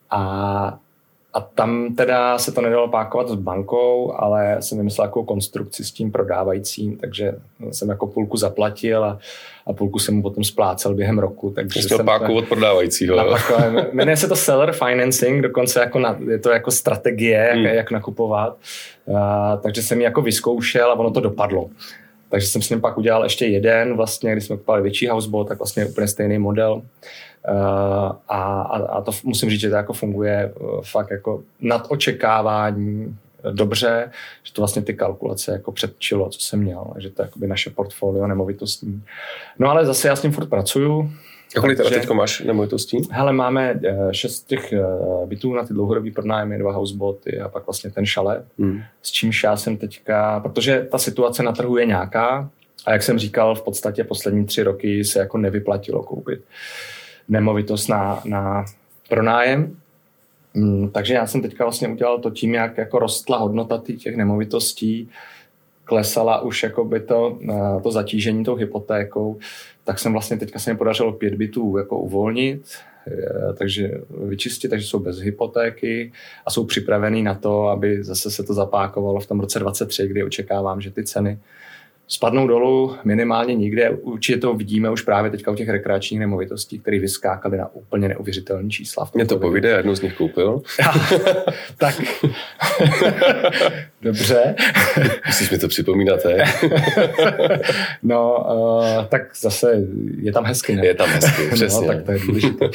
A A tam teda se to nedalo pákovat s bankou, ale jsem vymyslel takovou konstrukci s tím prodávajícím, takže jsem jako půlku zaplatil a, a půlku jsem mu potom splácel během roku. Takže jsem páku od prodávajícího. Jmenuje se to seller financing, dokonce jako na, je to jako strategie, hmm. jak, jak nakupovat. A, takže jsem ji jako vyzkoušel a ono to dopadlo. Takže jsem s ním pak udělal ještě jeden, vlastně, když jsme kupovali větší houseboat, tak vlastně úplně stejný model. Uh, a, a to musím říct, že to jako funguje uh, fakt jako nad očekávání dobře, že to vlastně ty kalkulace jako předčilo, co jsem měl, že to je jakoby naše portfolio nemovitostní. No ale zase já s tím furt pracuju. A kolik teda teďko máš nemovitostí? Hele, máme uh, šest těch uh, bytů na ty dlouhodobý pronájmy, dva houseboaty a pak vlastně ten šalet, hmm. s čímž já jsem teďka, protože ta situace na trhu je nějaká a jak jsem říkal, v podstatě poslední tři roky se jako nevyplatilo koupit nemovitost na, na pronájem. Mm, takže já jsem teďka vlastně udělal to tím, jak jako rostla hodnota těch nemovitostí, klesala už jakoby to, to zatížení tou hypotékou, tak jsem vlastně teďka se mi podařilo pět bytů jako uvolnit, takže vyčistit, takže jsou bez hypotéky a jsou připravený na to, aby zase se to zapákovalo v tom roce dvacet tři, kdy očekávám, že ty ceny spadnou dolů minimálně nikde. Určitě to vidíme už právě teďka u těch rekreačních nemovitostí, které vyskákaly na úplně neuvěřitelné čísla. Mě to povíde, jednou z nich koupil. Tak. Dobře. Musíš mi to připomínat, he? No, uh, tak zase je tam hezky, ne? Je tam hezky, přesně. No, tak to je důležité.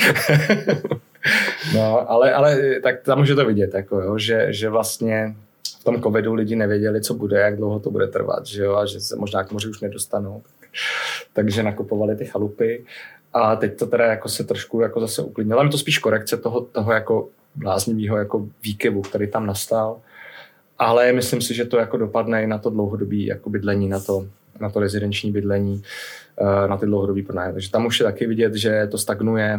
No, ale, ale tak tam může to vidět, jako, jo, že, že vlastně v tom covidu lidi nevěděli, co bude, jak dlouho to bude trvat, že jo, a že se možná k moři už nedostanou. Takže nakupovali ty chalupy a teď to teda jako se trošku jako zase uklidnilo. Ale to spíš korekce toho, toho jako bláznivého jako výkyvu, který tam nastal. Ale myslím si, že to jako dopadne i na to dlouhodobé jako bydlení, na to, na to rezidenční bydlení, na ty dlouhodobý pronájem. Takže tam už je taky vidět, že to stagnuje,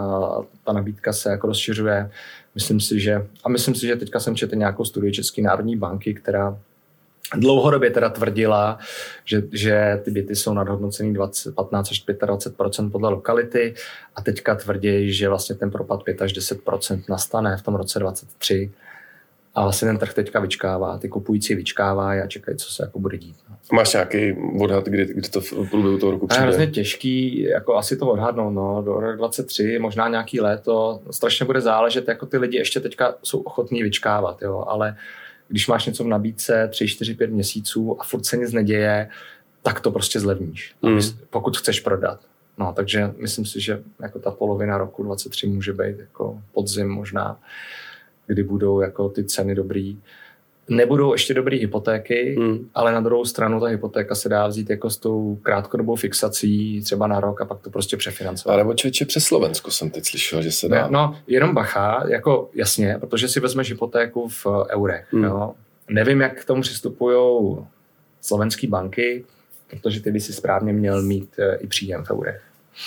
ta nabídka se jako rozšiřuje. Myslím si, že, a myslím si, že teďka jsem četl nějakou studii České národní banky, která dlouhodobě teda tvrdila, že, že ty byty jsou nadhodnocený dvacet, patnáct až dvacet pět procent podle lokality a teďka tvrdí, že vlastně ten propad pět až deset procent nastane v tom roce dvacet tři. A vlastně ten trh teďka vyčkává, ty kupující vyčkávají a čekají, co se jako bude dít. No. Máš nějaký odhad, kdy, kdy to v průběhu toho roku přijde? Je hrozně těžký, jako asi to odhadnout, no, do roku dvacet tři, možná nějaký léto, strašně bude záležet, jako ty lidi ještě teďka jsou ochotní vyčkávat, jo, ale když máš něco v nabídce tři, čtyři, pět měsíců a furt se nic neděje, tak to prostě zlevníš, mm. pokud chceš prodat. No, takže myslím si, že jako ta polovina roku dvacet tři může být jako podzim možná, kdy budou jako ty ceny dobrý. Nebudou ještě dobrý hypotéky, hmm. ale na druhou stranu ta hypotéka se dá vzít jako s tou krátkodobou fixací třeba na rok a pak to prostě přefinancovat. A nebo člověče přes Slovensko jsem teď slyšel, že se dá. No, no jenom bacha, jako jasně, protože si vezmeš hypotéku v eurech. Hmm. Jo. Nevím, jak k tomu přistupují slovenské banky, protože ty by si správně měl mít i příjem v eurech.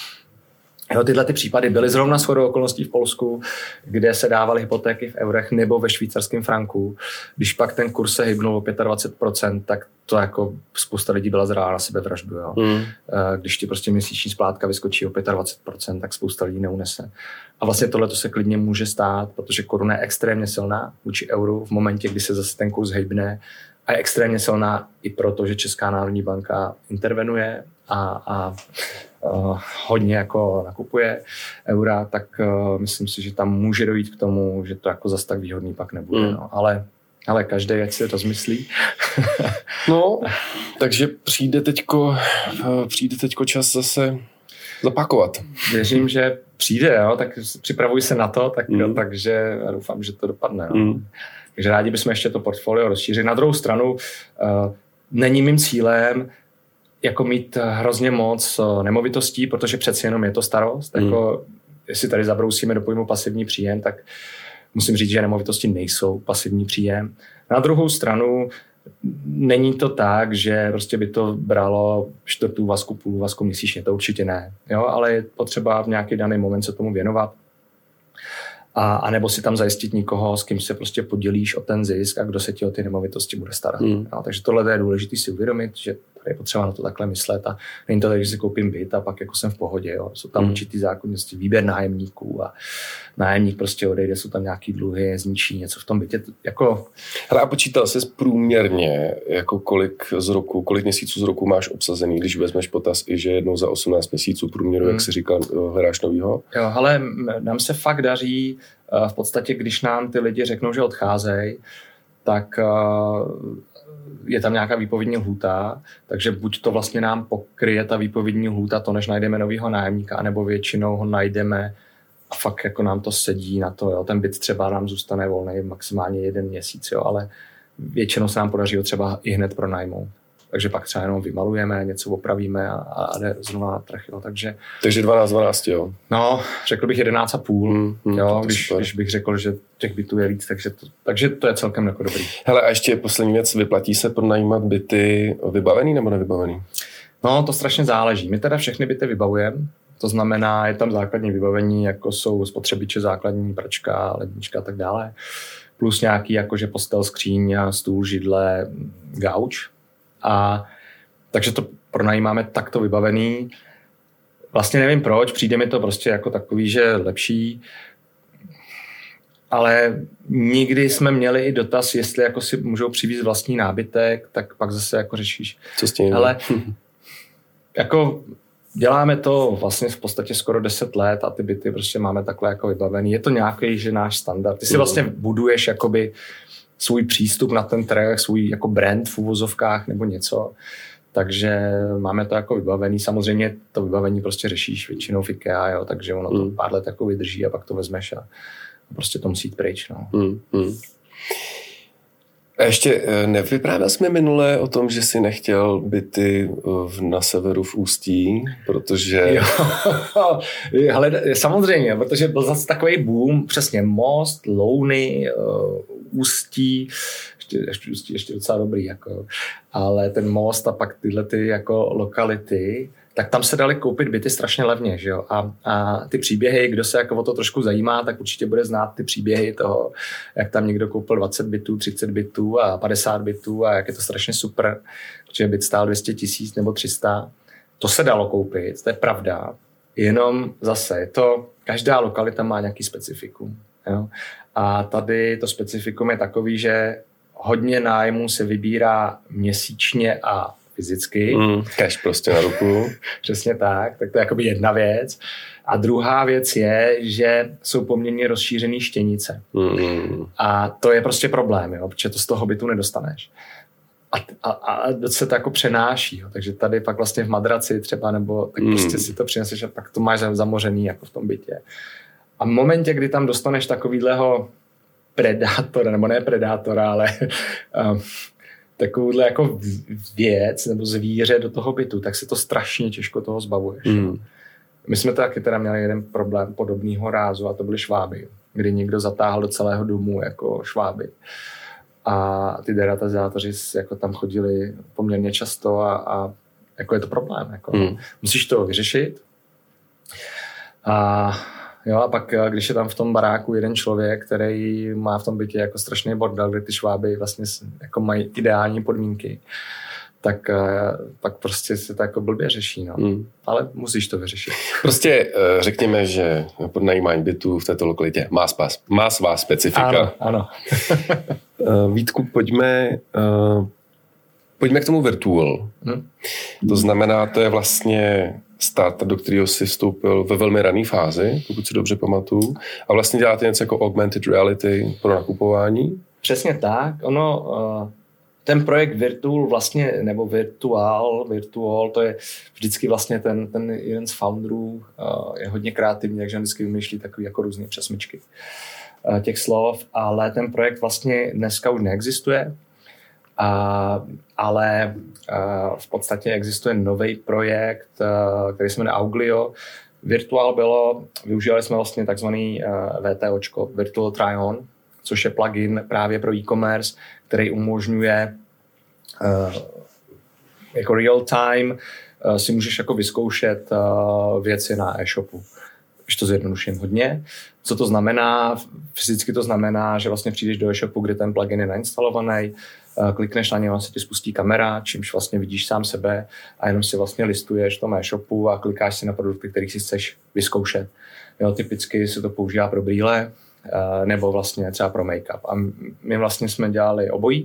Jo, tyhle ty případy byly zrovna shodou okolností v Polsku, kde se dávaly hypotéky v eurech nebo ve švýcarském franku. Když pak ten kurz se hybnul o dvacet pět procent, tak to jako spousta lidí byla zrá na sebevraždu. Jo. Mm. Když ti prostě měsíční splátka vyskočí o dvacet pět procent, tak spousta lidí neunese. A vlastně tohle to se klidně může stát, protože koruna je extrémně silná vůči euru v momentě, kdy se zase ten kurz hejbne a je extrémně silná i proto, že Česká národní banka intervenuje a, a Uh, hodně jako nakupuje eura, tak uh, myslím si, že tam může dojít k tomu, že to jako zas tak výhodný pak nebude. Mm. No. Ale, ale každý, ať si rozmyslí. No, takže přijde teďko, přijde teďko čas zase zapakovat. Věřím, že přijde, jo? Tak připravuj se na to, tak, mm. takže já doufám, že to dopadne. No. Mm. Takže rádi bychom ještě to portfolio rozšířili. Na druhou stranu uh, není mým cílem jako mít hrozně moc nemovitostí, protože přeci jenom je to starost. Mm. Jako, jestli tady zabrousíme do pojmu pasivní příjem, tak musím říct, že nemovitosti nejsou pasivní příjem. Na druhou stranu není to tak, že prostě by to bralo čtvrtou vazku, půl vazku měsíčně, to určitě ne. Jo? Ale je potřeba v nějaký daný moment se tomu věnovat. A, a nebo si tam zajistit někoho, s kým se prostě podělíš o ten zisk a kdo se ti o ty nemovitosti bude starat. Hmm. No, takže tohle je důležité si uvědomit, že tady je potřeba na to takhle myslet a není to tak, že si koupím byt a pak jako jsem v pohodě. Jo. Jsou tam hmm. určitý zákonnosti, výběr nájemníků a nájemník prostě odejde, jsou tam nějaký dluhy, zničí něco v tom bytě. Jako... Hele, a počítal jsi průměrně, jako kolik z roku, kolik měsíců z roku máš obsazený, když vezmeš potaz i, že jednou za osmnáct měsíců průměru, hmm. jak jsi říkal, hledáš novýho? Jo, ale nám se fakt daří, v podstatě, když nám ty lidi řeknou, že odcházejí, tak je tam nějaká výpovědní lhůta, takže buď to vlastně nám pokryje ta výpovědní lhůta to, než najdeme novýho nájemníka, anebo většinou ho najdeme a fakt jako nám to sedí na to. Jo. Ten byt třeba nám zůstane volný maximálně jeden měsíc, jo, ale většinou se nám podaří ho třeba i hned pronajmout. Takže pak třeba jenom vymalujeme, něco opravíme a, a jde znovu na trh. Jo. Takže, Takže dvanáct dvanáct, jo? No, řekl bych jedenáct a půl, hmm, hmm, jo, když, když bych řekl, že těch bytů je víc, takže to, takže to je celkem jako dobrý. Hele, a ještě poslední věc, vyplatí se pronajímat byty vybavený nebo nevybavený? No, to strašně záleží. My teda všechny byty vybavujeme, to znamená, je tam základní vybavení, jako jsou spotřebiče, základní pračka, lednička a tak dále, plus nějaký jakože postel, skříň, stůl, židle, gauč. A takže to pronajímáme takto vybavený. Vlastně nevím proč, přijde mi to prostě jako takový, že lepší, ale nikdy jsme měli i dotaz, jestli jako si můžou přivést vlastní nábytek, tak pak zase jako řešíš. Co s tím? Ale jako děláme to vlastně v podstatě skoro deset let a ty byty prostě máme takhle jako vybavený. Je to nějaký, že náš standard. Ty si vlastně buduješ jakoby svůj přístup na ten trh, svůj jako brand v uvozovkách nebo něco. Takže máme to jako vybavený. Samozřejmě to vybavení prostě řešíš většinou v IKEA, jo, takže ono to mm. pár let jako vydrží a pak to vezmeš a prostě to musí jít pryč. No. Mm, mm. A ještě nevyprávěl jsme minule o tom, že jsi nechtěl byty na severu v Ústí, protože... Jo, ale samozřejmě, protože byl zase takový boom, přesně Most, Louny, Ústí, ještě, ještě Ústí ještě docela dobrý, jako, ale ten Most a pak tyhle ty jako lokality, tak tam se dali koupit byty strašně levně, že jo? A, a ty příběhy, kdo se jako o to trošku zajímá, tak určitě bude znát ty příběhy toho, jak tam někdo koupil dvacet bytů, třicet bytů a padesát bytů a jak je to strašně super, protože byt stál dvě stě tisíc nebo tři sta. To se dalo koupit, to je pravda, jenom zase je to, každá lokalita má nějaký specifikum, jo? A tady to specifikum je takový, že hodně nájmů se vybírá měsíčně a fyzicky. Mm, cash prostě na ruku. Přesně tak, tak to je jakoby jedna věc. A druhá věc je, že jsou poměrně rozšířený štěnice. Mm. A to je prostě problém, jo, protože to z toho bytu nedostaneš. A, a, a se to jako přenáší, jo. Takže tady pak vlastně v madraci třeba, nebo tak mm. prostě si to přineseš a pak to máš zamořený jako v tom bytě. A v momentě, kdy tam dostaneš takovýhleho predátora, nebo ne predátora, ale um, takovouhle jako věc nebo zvíře do toho bytu, tak se to strašně těžko toho zbavuješ. Mm. My jsme taky teda měli jeden problém podobného rázu a to byly šváby, kdy někdo zatáhl do celého domu jako šváby. A ty deratizátoři jako tam chodili poměrně často a, a jako je to problém. Jako. Mm. Musíš to vyřešit. A jo, a pak, když je tam v tom baráku jeden člověk, který má v tom bytě jako strašný bordel, kde ty šváby vlastně jako mají ideální podmínky, tak pak prostě se to jako blbě řeší, no. Hmm. Ale musíš to vyřešit. Prostě řekněme, že podnajímání bytu v této lokalitě má, spas, má svá specifika. Ano, ano. Vítku, pojďme, pojďme k tomu Virtual. Hmm? To znamená, to je vlastně startup, do kterého si vstoupil ve velmi rané fázi, pokud si dobře pamatuju. A vlastně děláte něco jako augmented reality pro nakupování? Přesně tak. Ono, uh, ten projekt Virtual vlastně, nebo Virtual, Virtual, to je vždycky vlastně ten, ten jeden z founderů, uh, je hodně kreativní, takže on vždycky vymýšlí takový jako různé přesmyčky uh, těch slov, ale ten projekt vlastně dneska už neexistuje, uh, ale uh, v podstatě existuje nový projekt, uh, který se jmenuje Auglio. Virtual bylo, využívali jsme vlastně takzvaný uh, VTOčko, Virtual Try-On, což je plugin právě pro e-commerce, který umožňuje uh, jako real time uh, si můžeš jako vyzkoušet uh, věci na e-shopu. Když to zjednoduším hodně. Co to znamená? Fyzicky to znamená, že vlastně přijdeš do e-shopu, kde ten plugin je nainstalovaný, uh, klikneš na něj, on se ti spustí kamera, čímž vlastně vidíš sám sebe a jenom si vlastně listuješ v tom e-shopu a klikáš si na produkty, které si chceš vyzkoušet. Jo, typicky se to používá pro brýle, nebo vlastně třeba pro make-up. A my vlastně jsme dělali obojí.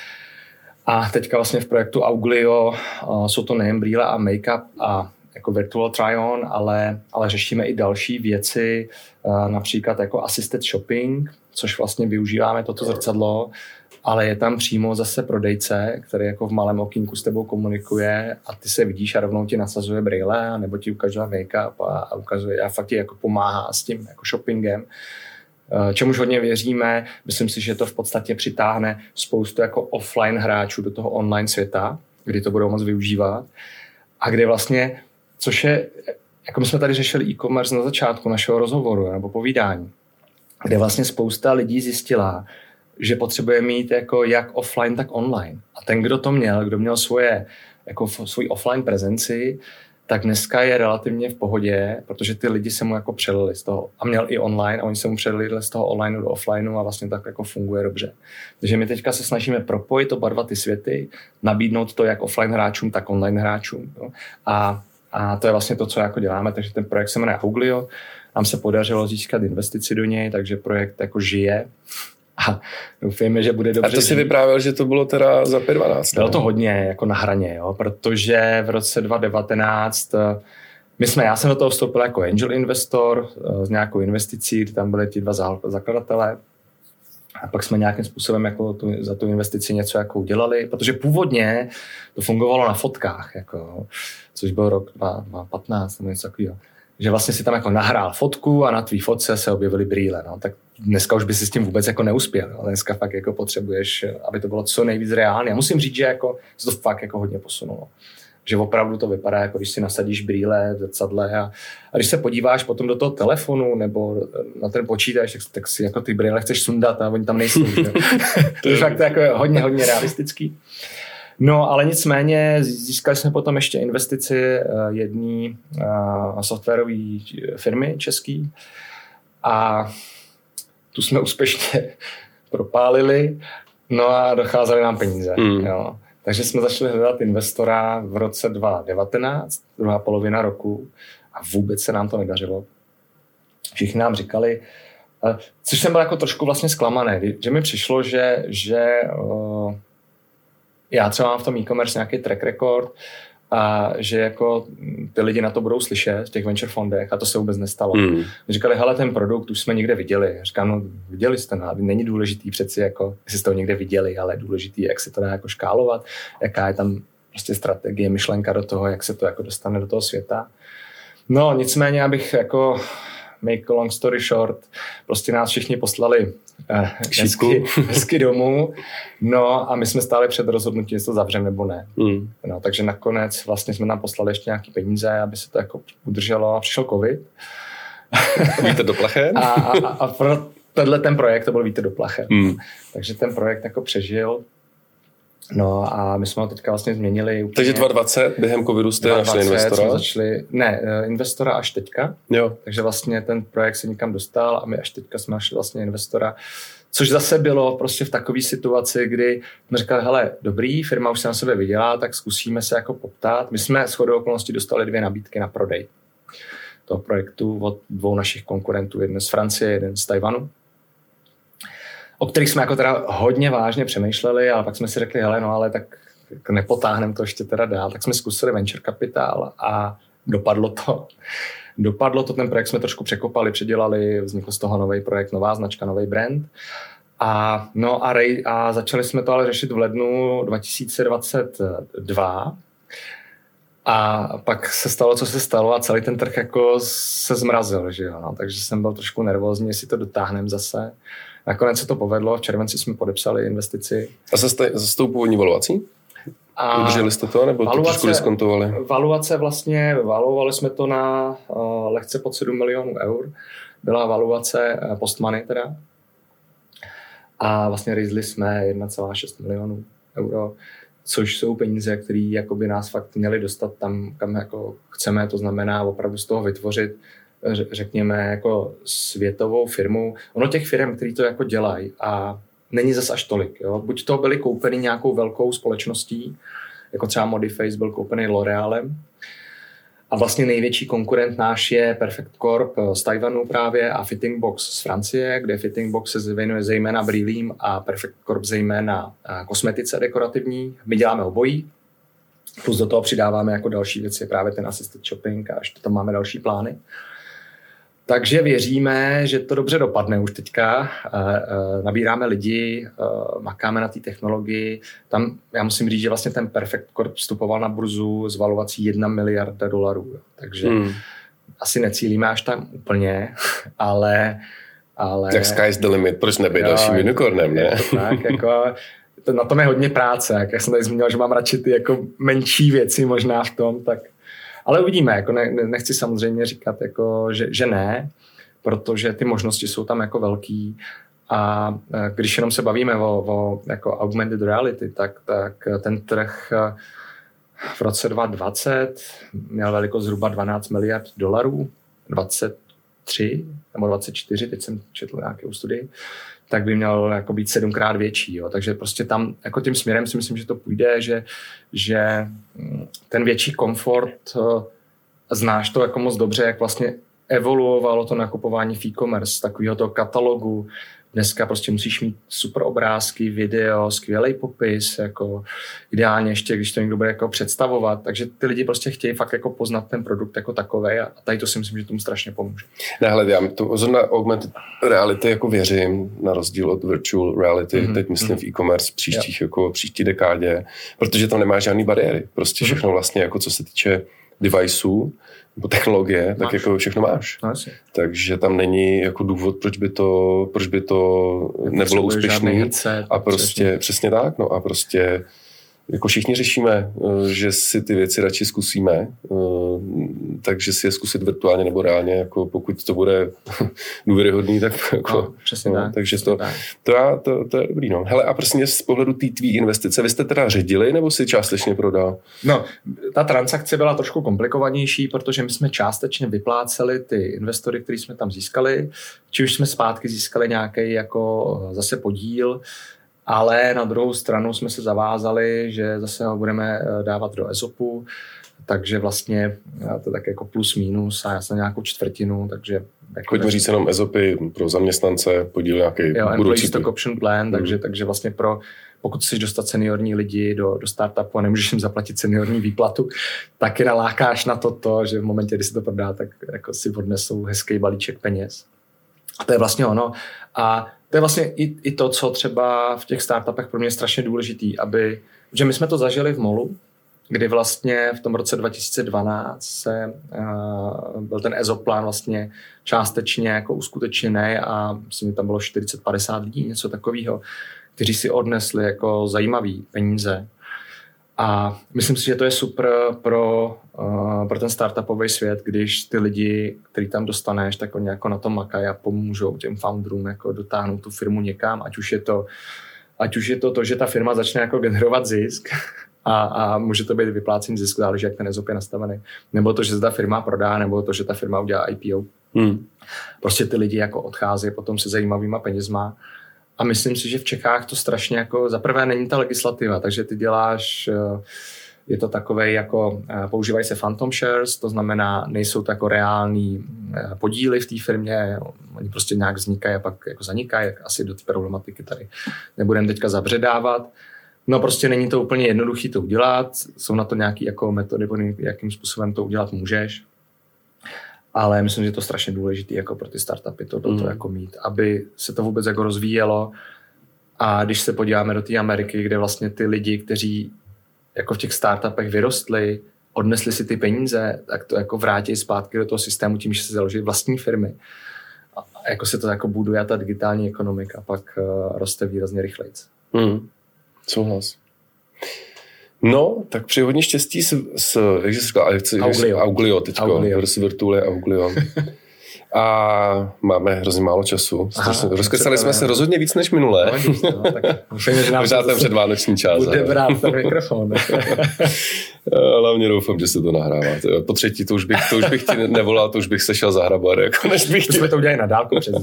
A teďka vlastně v projektu Auglio jsou to nejen brýle a make-up a jako virtual try-on, ale, ale řešíme i další věci, například jako assisted shopping, což vlastně využíváme toto zrcadlo, ale je tam přímo zase prodejce, který jako v malém okýnku s tebou komunikuje a ty se vidíš a rovnou ti nasazuje brýle, nebo ti ukazuje make-up a, a ukazuje a fakt ti jako pomáhá s tím jako shoppingem. Čemuž hodně věříme, myslím si, že to v podstatě přitáhne spoustu jako offline hráčů do toho online světa, kdy to budou moc využívat a kde vlastně, což je, jako my jsme tady řešili e-commerce na začátku našeho rozhovoru nebo povídání, kde vlastně spousta lidí zjistila, že potřebuje mít jako jak offline, tak online. A ten, kdo to měl, kdo měl svoje, jako svůj offline prezenci, tak dneska je relativně v pohodě, protože ty lidi se mu jako přelili z toho a měl i online a oni se mu přelili z toho online do offlineu a vlastně tak jako funguje dobře. Takže my teďka se snažíme propojit oba dva ty světy, nabídnout to jak offline hráčům, tak online hráčům. Jo? A, a to je vlastně to, co jako děláme, takže ten projekt se jmenuje Auglio, nám se podařilo získat investici do něj, takže projekt jako žije. A doufejme, že bude dobře. A to si vyprávěl, že to bylo teda za pět dvanáct. Bylo to hodně jako na hraně, jo, protože v roce dva tisíce devatenáct my jsme, já jsem do toho vstoupil jako angel investor s nějakou investicí, tam byly ti dva zakladatelé. A pak jsme nějakým způsobem jako tu, za tu investici něco jako udělali, protože původně to fungovalo na fotkách, jako, což byl rok dva tisíce patnáct nebo něco takového. Že vlastně si tam jako nahrál fotku a na tvý fotce se objevily brýle. No. Tak dneska už by si s tím vůbec jako neuspěl. No. Dneska fakt jako potřebuješ, aby to bylo co nejvíc reálné. Já musím říct, že jako se to fakt jako hodně posunulo. Že opravdu to vypadá, jako když si nasadíš brýle v zrcadle a, a když se podíváš potom do toho telefonu nebo na ten počítač, tak, tak si jako ty brýle chceš sundat a oni tam nejsou. To je fakt jako hodně, hodně realistický. No, ale nicméně získali jsme potom ještě investici jedné softwarové firmy český a tu jsme úspěšně propálili, no a docházely nám peníze. Mm. Jo. Takže jsme začali hledat investora v roce dva tisíce devatenáct, druhá polovina roku a vůbec se nám to nedařilo. Všichni nám říkali, což jsem byl jako trošku vlastně zklamaný, že mi přišlo, že, že já třeba mám v tom e-commerce nějaký track record a že jako ty lidi na to budou slyšet v těch venture fondech a to se vůbec nestalo. Mm. Říkali, hele, ten produkt už jsme někde viděli. Říkám, no viděli jste, no, není důležitý přeci, jako, jestli jste to někde viděli, ale důležitý, jak se to dá jako škálovat, jaká je tam prostě strategie, myšlenka do toho, jak se to jako dostane do toho světa. No, nicméně, abych jako make a long story short, prostě nás všichni poslali eh, hezky, hezky domů, no a my jsme stáli před rozhodnutím, jestli to zavřeme nebo ne. Mm. No, takže nakonec vlastně jsme nám poslali ještě nějaký peníze, aby se to jako udrželo a přišel covid. Vítr do plaché? a, a, a pro tenhle ten projekt to byl vítr do plaché. Mm. Takže ten projekt jako přežil. No a my jsme ho teďka vlastně změnili. Úplně. Takže dva tisíce dvacet během covidu jste našli investora? Začali, ne, investora až teďka. Jo. Takže vlastně ten projekt se nikam dostal a my až teďka jsme našli vlastně investora. Což zase bylo prostě v takové situaci, kdy jsme říkali, hele, dobrý, firma už se na sebe vydělá, tak zkusíme se jako poptat. My jsme shodou okolností dostali dvě nabídky na prodej toho projektu od dvou našich konkurentů, jeden z Francie, jeden z Tajvanu, o kterých jsme jako teda hodně vážně přemýšleli, ale pak jsme si řekli, hele, no ale tak nepotáhneme to ještě teda dál, tak jsme zkusili venture capital a dopadlo to. Dopadlo to, ten projekt jsme trošku překopali, předělali, vznikl z toho nový projekt, nová značka, nový brand A, no a, rej, a začali jsme to ale řešit v lednu dva tisíce dvacet dva a pak se stalo, co se stalo a celý ten trh jako se zmrazil, že jo, no, takže jsem byl trošku nervózní, jestli to dotáhneme zase. Nakonec se to povedlo, v červenci jsme podepsali investici. A se s tou původní valuací? A udrželi jste to, nebo to trošku diskontovali? Valuace vlastně, valuovali jsme to na uh, lehce pod sedm milionů eur. Byla valuace uh, postmoney teda. A vlastně raisli jsme jedna celá šest milionů euro, což jsou peníze, které by nás fakt měly dostat tam, kam jako chceme. To znamená opravdu z toho vytvořit, řekněme, jako světovou firmu. Ono těch firm, který to jako dělají a není zas až tolik. Jo? Buď to byly koupeny nějakou velkou společností, jako třeba Modiface byl koupený L'Orealem. A vlastně největší konkurent náš je Perfect Corp z Tajvanu právě a Fitting Box z Francie, kde Fitting Box se věnuje zejména brýlím a Perfect Corp zejména kosmetice dekorativní. My děláme obojí, plus do toho přidáváme jako další věci právě ten assisted shopping a ještě tam máme další plány. Takže věříme, že to dobře dopadne už teďka. Nabíráme lidi, makáme na té technologii. Tam já musím říct, že vlastně ten Perfect Corp vstupoval na burzu s valuací jedna miliarda dolarů. Takže hmm. asi necílíme až tam úplně, ale... ale jak sky's the limit, proč nebýt dalším unicornem, ne? To tak, jako, to, na tom je hodně práce. Jak já jsem tady zmínil, že mám radši ty jako menší věci možná v tom, tak... Ale uvidíme, jako ne, nechci samozřejmě říkat, jako, že, že ne, protože ty možnosti jsou tam jako velký a když jenom se bavíme o, o jako augmented reality, tak, tak ten trh v roce dva tisíce dvacet měl velikost zhruba dvanáct miliard dolarů, dvacet tři nebo dvacet čtyři, teď jsem četl nějakou studii, tak by měl jako být sedmkrát větší. Jo. Takže prostě tam jako tím směrem si myslím, že to půjde, že, že ten větší komfort, znáš to jako moc dobře, jak vlastně evoluovalo to nakupování v e-commerce, takového toho katalogu. Dneska prostě musíš mít super obrázky, video, skvělý popis, jako ideálně ještě, když to někdo bude jako představovat. Takže ty lidi prostě chtějí fakt jako poznat ten produkt jako takovej a tady to si myslím, že tomu strašně pomůže. Ne, hele, já to zrovna augmented reality jako věřím, na rozdíl od virtual reality, mm-hmm. teď myslím v e-commerce příštích, jako příští dekádě, protože tam nemá žádný bariéry. Prostě všechno mm-hmm. vlastně, jako co se týče deviceů, nebo technologie, máš. Tak jako všechno máš. Asi. Takže tam není jako důvod, proč by to, proč by to nebylo úspěšné. A prostě přesně. přesně tak, no a prostě jako všichni řešíme, že si ty věci radši zkusíme, takže si je zkusit virtuálně nebo reálně, jako pokud to bude důvěryhodný, tak jako, no, přesně no, tak. Takže přesně to, tak. To, já, to, to je dobrý, no. Hele, a prostě z pohledu té tvý investice, vy jste teda ředili, nebo si částečně prodal? No, ta transakce byla trošku komplikovanější, protože my jsme částečně vypláceli ty investory, který jsme tam získali, či už jsme zpátky získali nějaký jako zase podíl, ale na druhou stranu jsme se zavázali, že zase ho budeme dávat do ESOPu, takže vlastně to tak jako plus minus a já jsem nějakou čtvrtinu, takže... Jako Pojďme říct jenom ESOPy pro zaměstnance, podíl nějaký jo, Employee Stock Option Plan, mm. takže, takže vlastně pro, pokud chceš dostat seniorní lidi do, do startupu a nemůžeš jim zaplatit seniorní výplatu, tak je nalákáš na toto, že v momentě, kdy se to prodá, tak jako si odnesou hezký balíček peněz. A to je vlastně ono. A to je vlastně i, i to, co třeba v těch startupech pro mě je strašně důležitý, aby, že my jsme to zažili v Molu, kdy vlastně v tom roce dva tisíce dvanáct se, uh, byl ten ESOP plán vlastně částečně jako uskutečněný a myslím, že tam bylo čtyřicet padesát lidí, něco takového, kteří si odnesli jako zajímavý peníze. A myslím si, že to je super pro, uh, pro ten startupový svět, když ty lidi, který tam dostaneš, tak oni jako na tom makají a pomůžou těm founderům jako dotáhnout tu firmu někam, ať už je to, ať už je to, to že ta firma začne jako generovat zisk a, a může to být vyplácení zisku, záleží, jak ten ESOP je nastavený. Nebo to, že se ta firma prodá, nebo to, že ta firma udělá I P O. Hmm. Prostě ty lidi jako odcházejí potom se zajímavýma penězma. A myslím si, že v Čechách to strašně jako, zaprvé není ta legislativa, takže ty děláš, je to takové jako, používají se phantom shares, to znamená, nejsou to jako reální podíly v té firmě, oni prostě nějak vznikají a pak jako zanikají, jak asi do té problematiky tady nebudeme teďka zabředávat. No prostě není to úplně jednoduchý to udělat, jsou na to nějaké jako metody, jakým způsobem to udělat můžeš. Ale myslím, že je to strašně důležité jako pro ty startupy to, to, to jako mít, aby se to vůbec jako rozvíjelo A když se podíváme do té Ameriky, kde vlastně ty lidi, kteří jako v těch startupech vyrostli, odnesli si ty peníze, tak to jako vrátí zpátky do toho systému tím, že se založí vlastní firmy. A jako se to jako buduje ta digitální ekonomika, pak uh, roste výrazně rychleji. Hmm. Souhlas. No, tak přeji hodně štěstí s, s jak jsi říkal, Auglio. Auglio teďko, Auglio. Virtuale Auglio. A máme hrozně málo času. Rozkecali jsme se rozhodně víc než minule. No, možná ten předvánoční čas. Bude brát ten mikrofon. Hlavně doufám, že se to nahrává. Po třetí to už bych, to už bych ti nevolal, to už bych se šel zahrabat. Jako než bych ti... jsme to udělali na dálku přes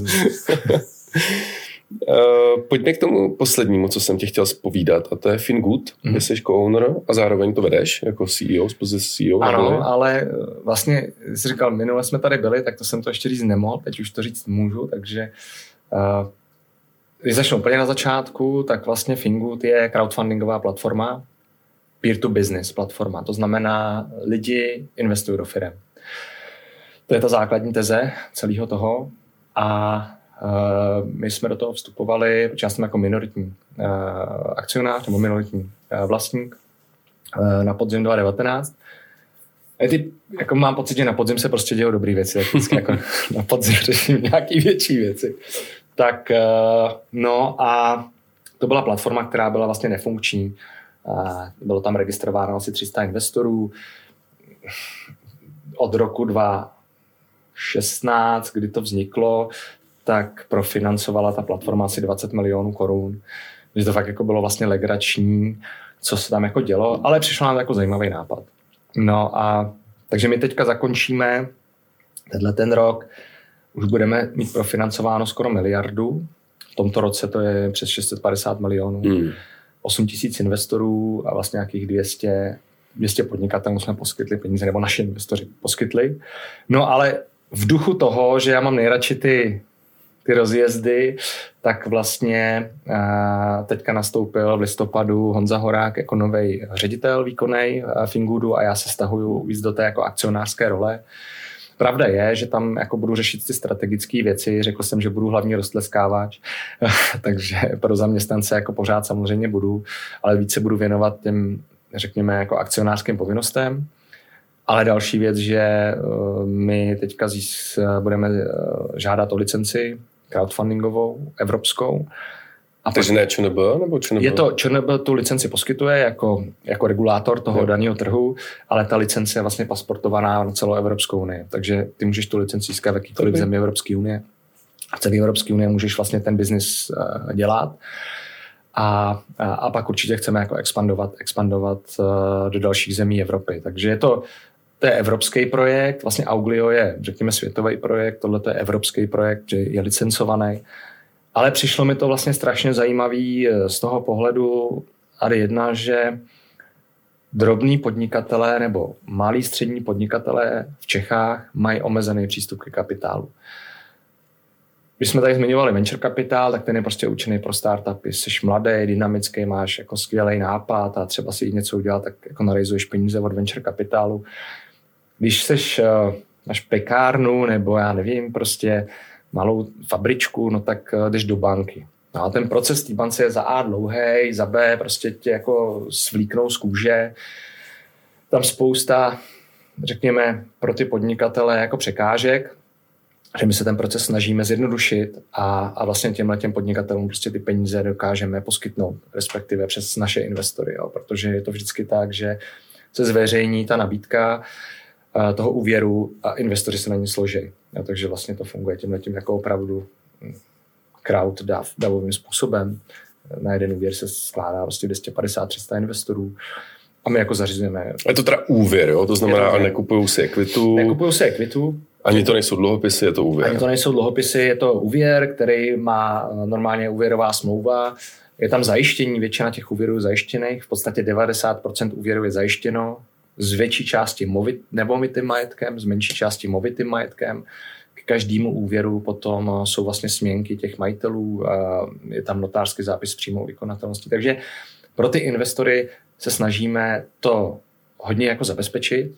Uh, pojďme k tomu poslednímu, co jsem tě chtěl zpovídat, a to je Fingood, mm. kde jsi co-owner a zároveň to vedeš jako C E O, z pozice C E O. Ano, nebo? Ale vlastně jsi říkal, minule jsme tady byli, tak to jsem to ještě říct nemohl, teď už to říct můžu, takže uh, když začnu úplně na začátku, tak vlastně Fingood je crowdfundingová platforma, peer-to-business platforma, to znamená lidi investují do firem. To je ta základní teze celého toho a Uh, my jsme do toho vstupovali, protože já jsem jako minoritní uh, akcionář nebo minoritní uh, vlastník uh, na podzim dva tisíce devatenáct. A ty, jako mám pocit, že na podzim se prostě dějou dobrý věci, tak vždycky jako na podzim řeším nějaký větší věci. Tak uh, no a to byla platforma, která byla vlastně nefunkční. Uh, bylo tam registrováno asi tři sta investorů. Od roku dva tisíce šestnáct, kdy to vzniklo, tak profinancovala ta platforma asi dvacet milionů korun. Takže to fakt jako bylo vlastně legrační, co se tam jako dělo, ale přišlo nám jako zajímavý nápad. No a takže my teďka zakončíme tenhle ten rok, už budeme mít profinancováno skoro miliardu. V tomto roce to je přes šest set padesát milionů. Hmm. osm tisíc investorů a vlastně nějakých dvě stě, dvě stě podnikatelů jsme poskytli peníze, nebo naši investoři poskytli. No ale v duchu toho, že já mám nejradši ty ty rozjezdy, tak vlastně uh, teďka nastoupil v listopadu Honza Horák jako nový ředitel výkonnej uh, Fingoodu a já se stahuju víc do té jako akcionářské role. Pravda je, že tam jako budu řešit ty strategické věci, řekl jsem, že budu hlavní rostleskávač, takže pro zaměstnance jako pořád samozřejmě budu, ale více budu věnovat těm, řekněme, jako akcionářským povinnostem. Ale další věc, že uh, my teďka zís, uh, budeme uh, žádat o licenci crowdfundingovou, evropskou. A takže ne ČNB nebo ČNB? Je to, ČNB tu licenci poskytuje jako, jako regulátor toho daného trhu, ale ta licence je vlastně pasportovaná na celou Evropskou unii. Takže ty můžeš tu licenci získat v jakýkoliv zemi Evropské unie. A v celé Evropské unie můžeš vlastně ten biznis uh, dělat. A, a, a pak určitě chceme jako expandovat, expandovat uh, do dalších zemí Evropy. Takže je to To je evropský projekt, vlastně Auglio je, řekněme, světový projekt, tohle je evropský projekt, že je licencovaný. Ale přišlo mi to vlastně strašně zajímavý z toho pohledu ad jedna, že drobní podnikatelé nebo malí střední podnikatelé v Čechách mají omezený přístup ke kapitálu. Když jsme tady zmiňovali venture kapitál, tak ten je prostě určený pro startupy. Jsi mladý, dynamický, máš jako skvělý nápad a třeba si něco udělat, tak jako narejzuješ peníze od venture kapitálu. Když seš, máš pekárnu nebo já nevím, prostě malou fabričku, no tak jdeš do banky. No a ten proces té bance je za A dlouhej, za B prostě tě jako svlíknou z kůže. Tam spousta, řekněme, pro ty podnikatele jako překážek, že my se ten proces snažíme zjednodušit a, a vlastně těmhle těm podnikatelům prostě ty peníze dokážeme poskytnout, respektive přes naše investory, jo, protože je to vždycky tak, že se zveřejní ta nabídka toho úvěru a investoři se na ní složí. A takže vlastně to funguje tímhletím jako opravdu crowd dav, davovým způsobem. Na jeden úvěr se skládá vlastně dvě stě padesát tři sta investorů a my jako zařizujeme. Je to teda úvěr, jo? To znamená, že nekupujou si ekvitu. Nekupujou si ekvitu. Ani to nejsou dluhopisy, je to úvěr. Ani to nejsou dluhopisy, je to úvěr, který má normálně úvěrová smlouva. Je tam zajištění, většina těch úvěrů je zajištěných. V podstatě devadesát procent úvěru je zajištěno. Z větší části movit, nemovitým majetkem, z menší části movitým majetkem. K každému úvěru potom jsou vlastně směnky těch majitelů, je tam notářský zápis s přímou vykonatelností. Takže pro ty investory se snažíme to hodně jako zabezpečit.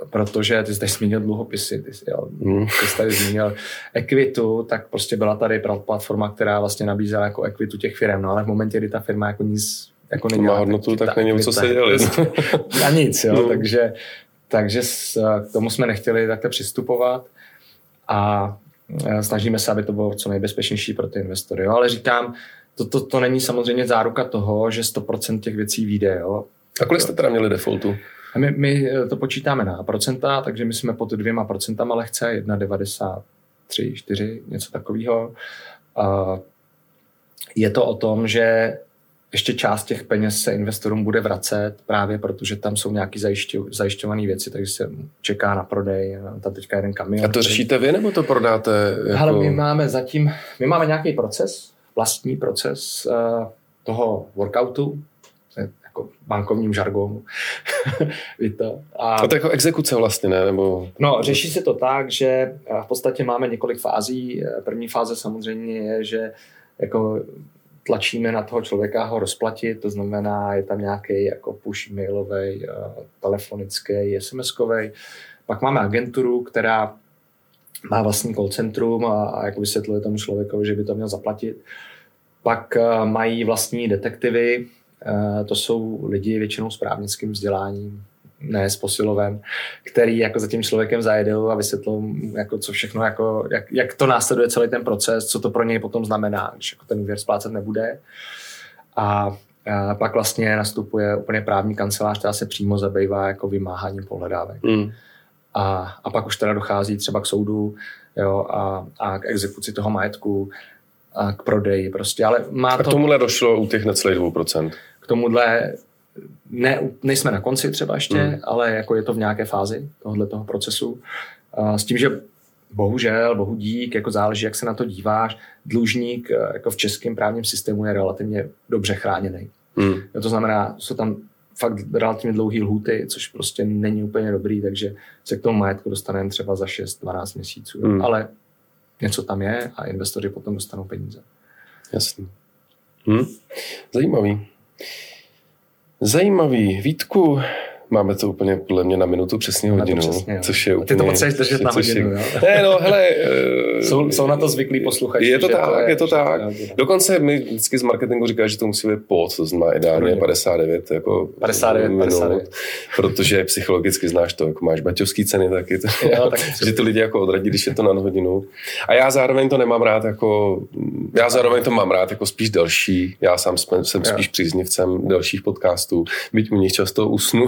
protože ty jsi tady zmínil dluhopisy, ty jsi, jo, mm. ty jsi tady zmínil Equitu, tak prostě byla tady platforma, která vlastně nabízela jako Equitu těch firm, no ale v momentě, kdy ta firma jako nic jako neměla hodnotu, tak, tak není o co se děli. A nic, jo, mm. takže, takže s, k tomu jsme nechtěli takhle přistupovat a snažíme se, aby to bylo co nejbezpečnější pro ty investory, jo, ale říkám, to, to, to není samozřejmě záruka toho, že sto procent těch věcí vyjde, jo. A kolik jste teda měli defaultu? A my, my to počítáme na procenta, takže my jsme pod dvěma procentama lehce, jedna devadesát tři, čtyři, něco takového. Je to o tom, že ještě část těch peněz se investorům bude vracet, právě protože tam jsou nějaké zajišťované věci, takže se čeká na prodej, tam teďka jeden kamion. A to řešíte vy, nebo to prodáte? Jako... Ale my máme zatím, my máme nějaký proces, vlastní proces uh, toho workoutu, jako bankovním žargonu. A, a to jako exekuce vlastně, ne? Nebo... No, řeší se to tak, že v podstatě máme několik fází. První fáze samozřejmě je, že jako tlačíme na toho člověka ho rozplatit, to znamená, je tam nějaký jako push mailový, telefonický, es em eskovej. Pak máme agenturu, která má vlastní call centrum a, a jako vysvětluje tomu člověkovi, že by to měl zaplatit. Pak uh, mají vlastní detektivy, uh, to jsou lidi většinou s právnickým vzděláním, ne s posilovem, který jako za tím člověkem zajedou a vysvětlou, jako co všechno, jako, jak, jak to následuje celý ten proces, co to pro něj potom znamená, když jako ten úvěr splácet nebude. A, a pak vlastně nastupuje úplně právní kancelář, která se přímo zabývá jako vymáháním pohledávek. Mm. A, a pak už teda dochází třeba k soudu, jo, a, a k exekuci toho majetku, a k prodeji prostě, ale má to... A k tomuhle došlo u těch necelých dvou procent? K tomuhle ne, nejsme na konci třeba ještě, hmm. ale jako je to v nějaké fázi tohohle toho procesu. A s tím, že bohužel, bohu dík, jako záleží, jak se na to díváš, dlužník jako v českém právním systému je relativně dobře chráněný. Hmm. To znamená, jsou tam fakt relativně dlouhý lhůty, což prostě není úplně dobrý, takže se k tomu majetku dostaneme třeba za šest dvanáct měsíců. Hmm. Ale něco tam je a investoři potom dostanou peníze. Jasně. Hm. Zajímavý. Zajímavý. Vítku, máme to úplně podle mě na minutu přesně hodinu, přesně, což je úplně... Ty to potřebuješ držet na hodinu, jo? Ne, no, hele... jsou, jsou na to zvyklí posluchači. Je to tak, to je, je to tak. To Dokonce my vždycky z marketingu říkáme, že to musí být pod, to znamená ideálně padesát devět, jako padesát devět, minut, padesát devět. Protože psychologicky znáš to, jako máš baťovský ceny taky, to, jo, tak že ty lidi jako odradí, když je to na hodinu. A já zároveň to nemám rád jako... Já zároveň to mám rád jako spíš delší. Já sám jsem, jsem spíš příznivcem delších podcastů, byť u nich často usnu.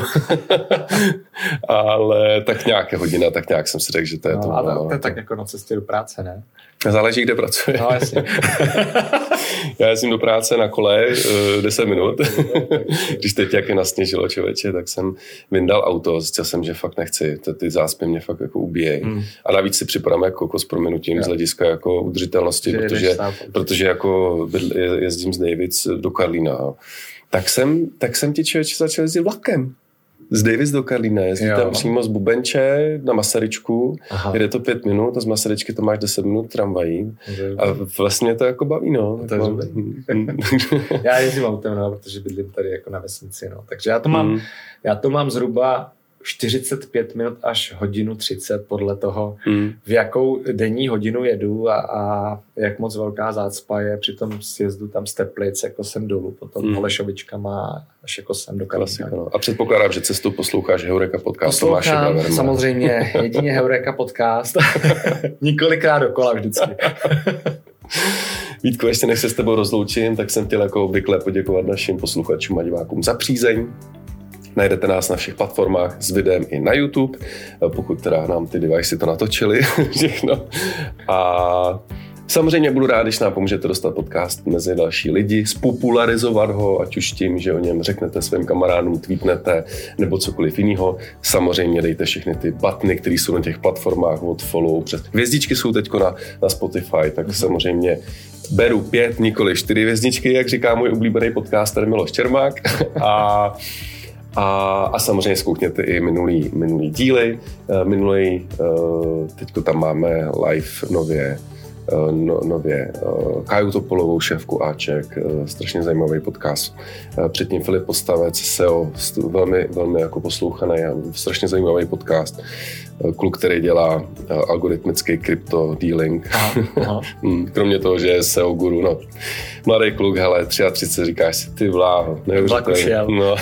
Ale tak nějaké hodina, tak nějak jsem si řekl, že to je no, to. Ale to je tak jako na cestě do práce, ne? Záleží, kde pracuje. No, jasně. Já jezdím do práce na kole uh, deset minut. Když teď jak je nasněžilo člověče, tak jsem vyndal auto, zjistil jsem, že fakt nechci. Ty záspy mě fakt jako ubíjejí. Hmm. A navíc si připadám jako s prominutím z hlediska jako udržitelnosti, že protože, protože jako jezdím z Davids do Karlína. Tak jsem, tak jsem ti člověče začal jezdit vlakem. Z Davis do Karlína, jezdí tam přímo z Bubenče na Masaryčku, jede to pět minut a z Masaryčky to máš deset minut tramvají a vlastně to jako baví, no. To jako, já jezdím autem, no, protože bydlím tady jako na vesnici, no. Takže já to mám, mm. já to mám zhruba čtyřicet pět minut až hodinu třicet podle toho, mm. v jakou denní hodinu jedu a, a jak moc velká zácpa je při tom sjezdu tam z Teplic, jako jsem dolů, potom mm. Holešovičkama až jako jsem do Karlína. No. A předpokládám, že cestu posloucháš Heureka podcast. Poslouchám samozřejmě jedině Heureka podcast. Několikrát dokola vždycky. Vítko, ještě než se s tebou rozloučím, tak jsem chtěl jako obvykle poděkovat našim posluchačům a divákům za přízeň. Najdete nás na všech platformách s videem i na YouTube, pokud teda nám ty devicey to natočili všechno. A samozřejmě budu rád, když nám pomůžete dostat podcast mezi další lidi, spopularizovat ho, ať už tím, že o něm řeknete svým kamarádům, tweetnete nebo cokoliv jiného. Samozřejmě dejte všechny ty buttony, které jsou na těch platformách od follow. Přes hvězdičky jsou teď na, na Spotify, tak samozřejmě beru pět, nikoli čtyři hvězdičky, jak říká můj oblíbený podcaster Miloš Čermák. A A, a samozřejmě zkoukněte i minulý, minulý díly. Minulý, teďko tam máme live nově no, nově Káju Topolovou, šéfku Aček, strašně zajímavý podcast. Předtím Filip Postavec, S E O, velmi, velmi jako poslouchaný a strašně zajímavý podcast. Kluk, který dělá algoritmický krypto dealing. Aha, aha. Kromě toho, že je S E O guru, no. Mladý kluk, hele, třicet tři, říkáš si, ty vláho, neuvěřitelný. No.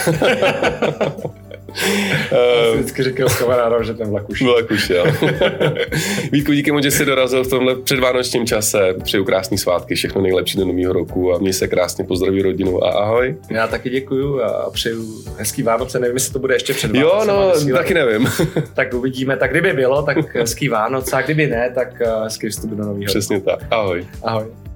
Já si vždycky říkal s kamarádem, že ten vlak už Vlak už jel. Vítku, díky moc, že jsi dorazil v tomhle předvánočním čase. Přeju krásný svátky, všechno nejlepší do nového roku a měj se krásně, pozdraví rodinu a ahoj. Já taky děkuju a přeju hezký Vánoce, nevím, jestli to bude ještě před Vánoce. Jo, no, taky nevím. Tak uvidíme, tak kdyby bylo, tak hezký Vánoce a kdyby ne, tak hezký vstup do nového roku. Přesně tak, ahoj. Ahoj.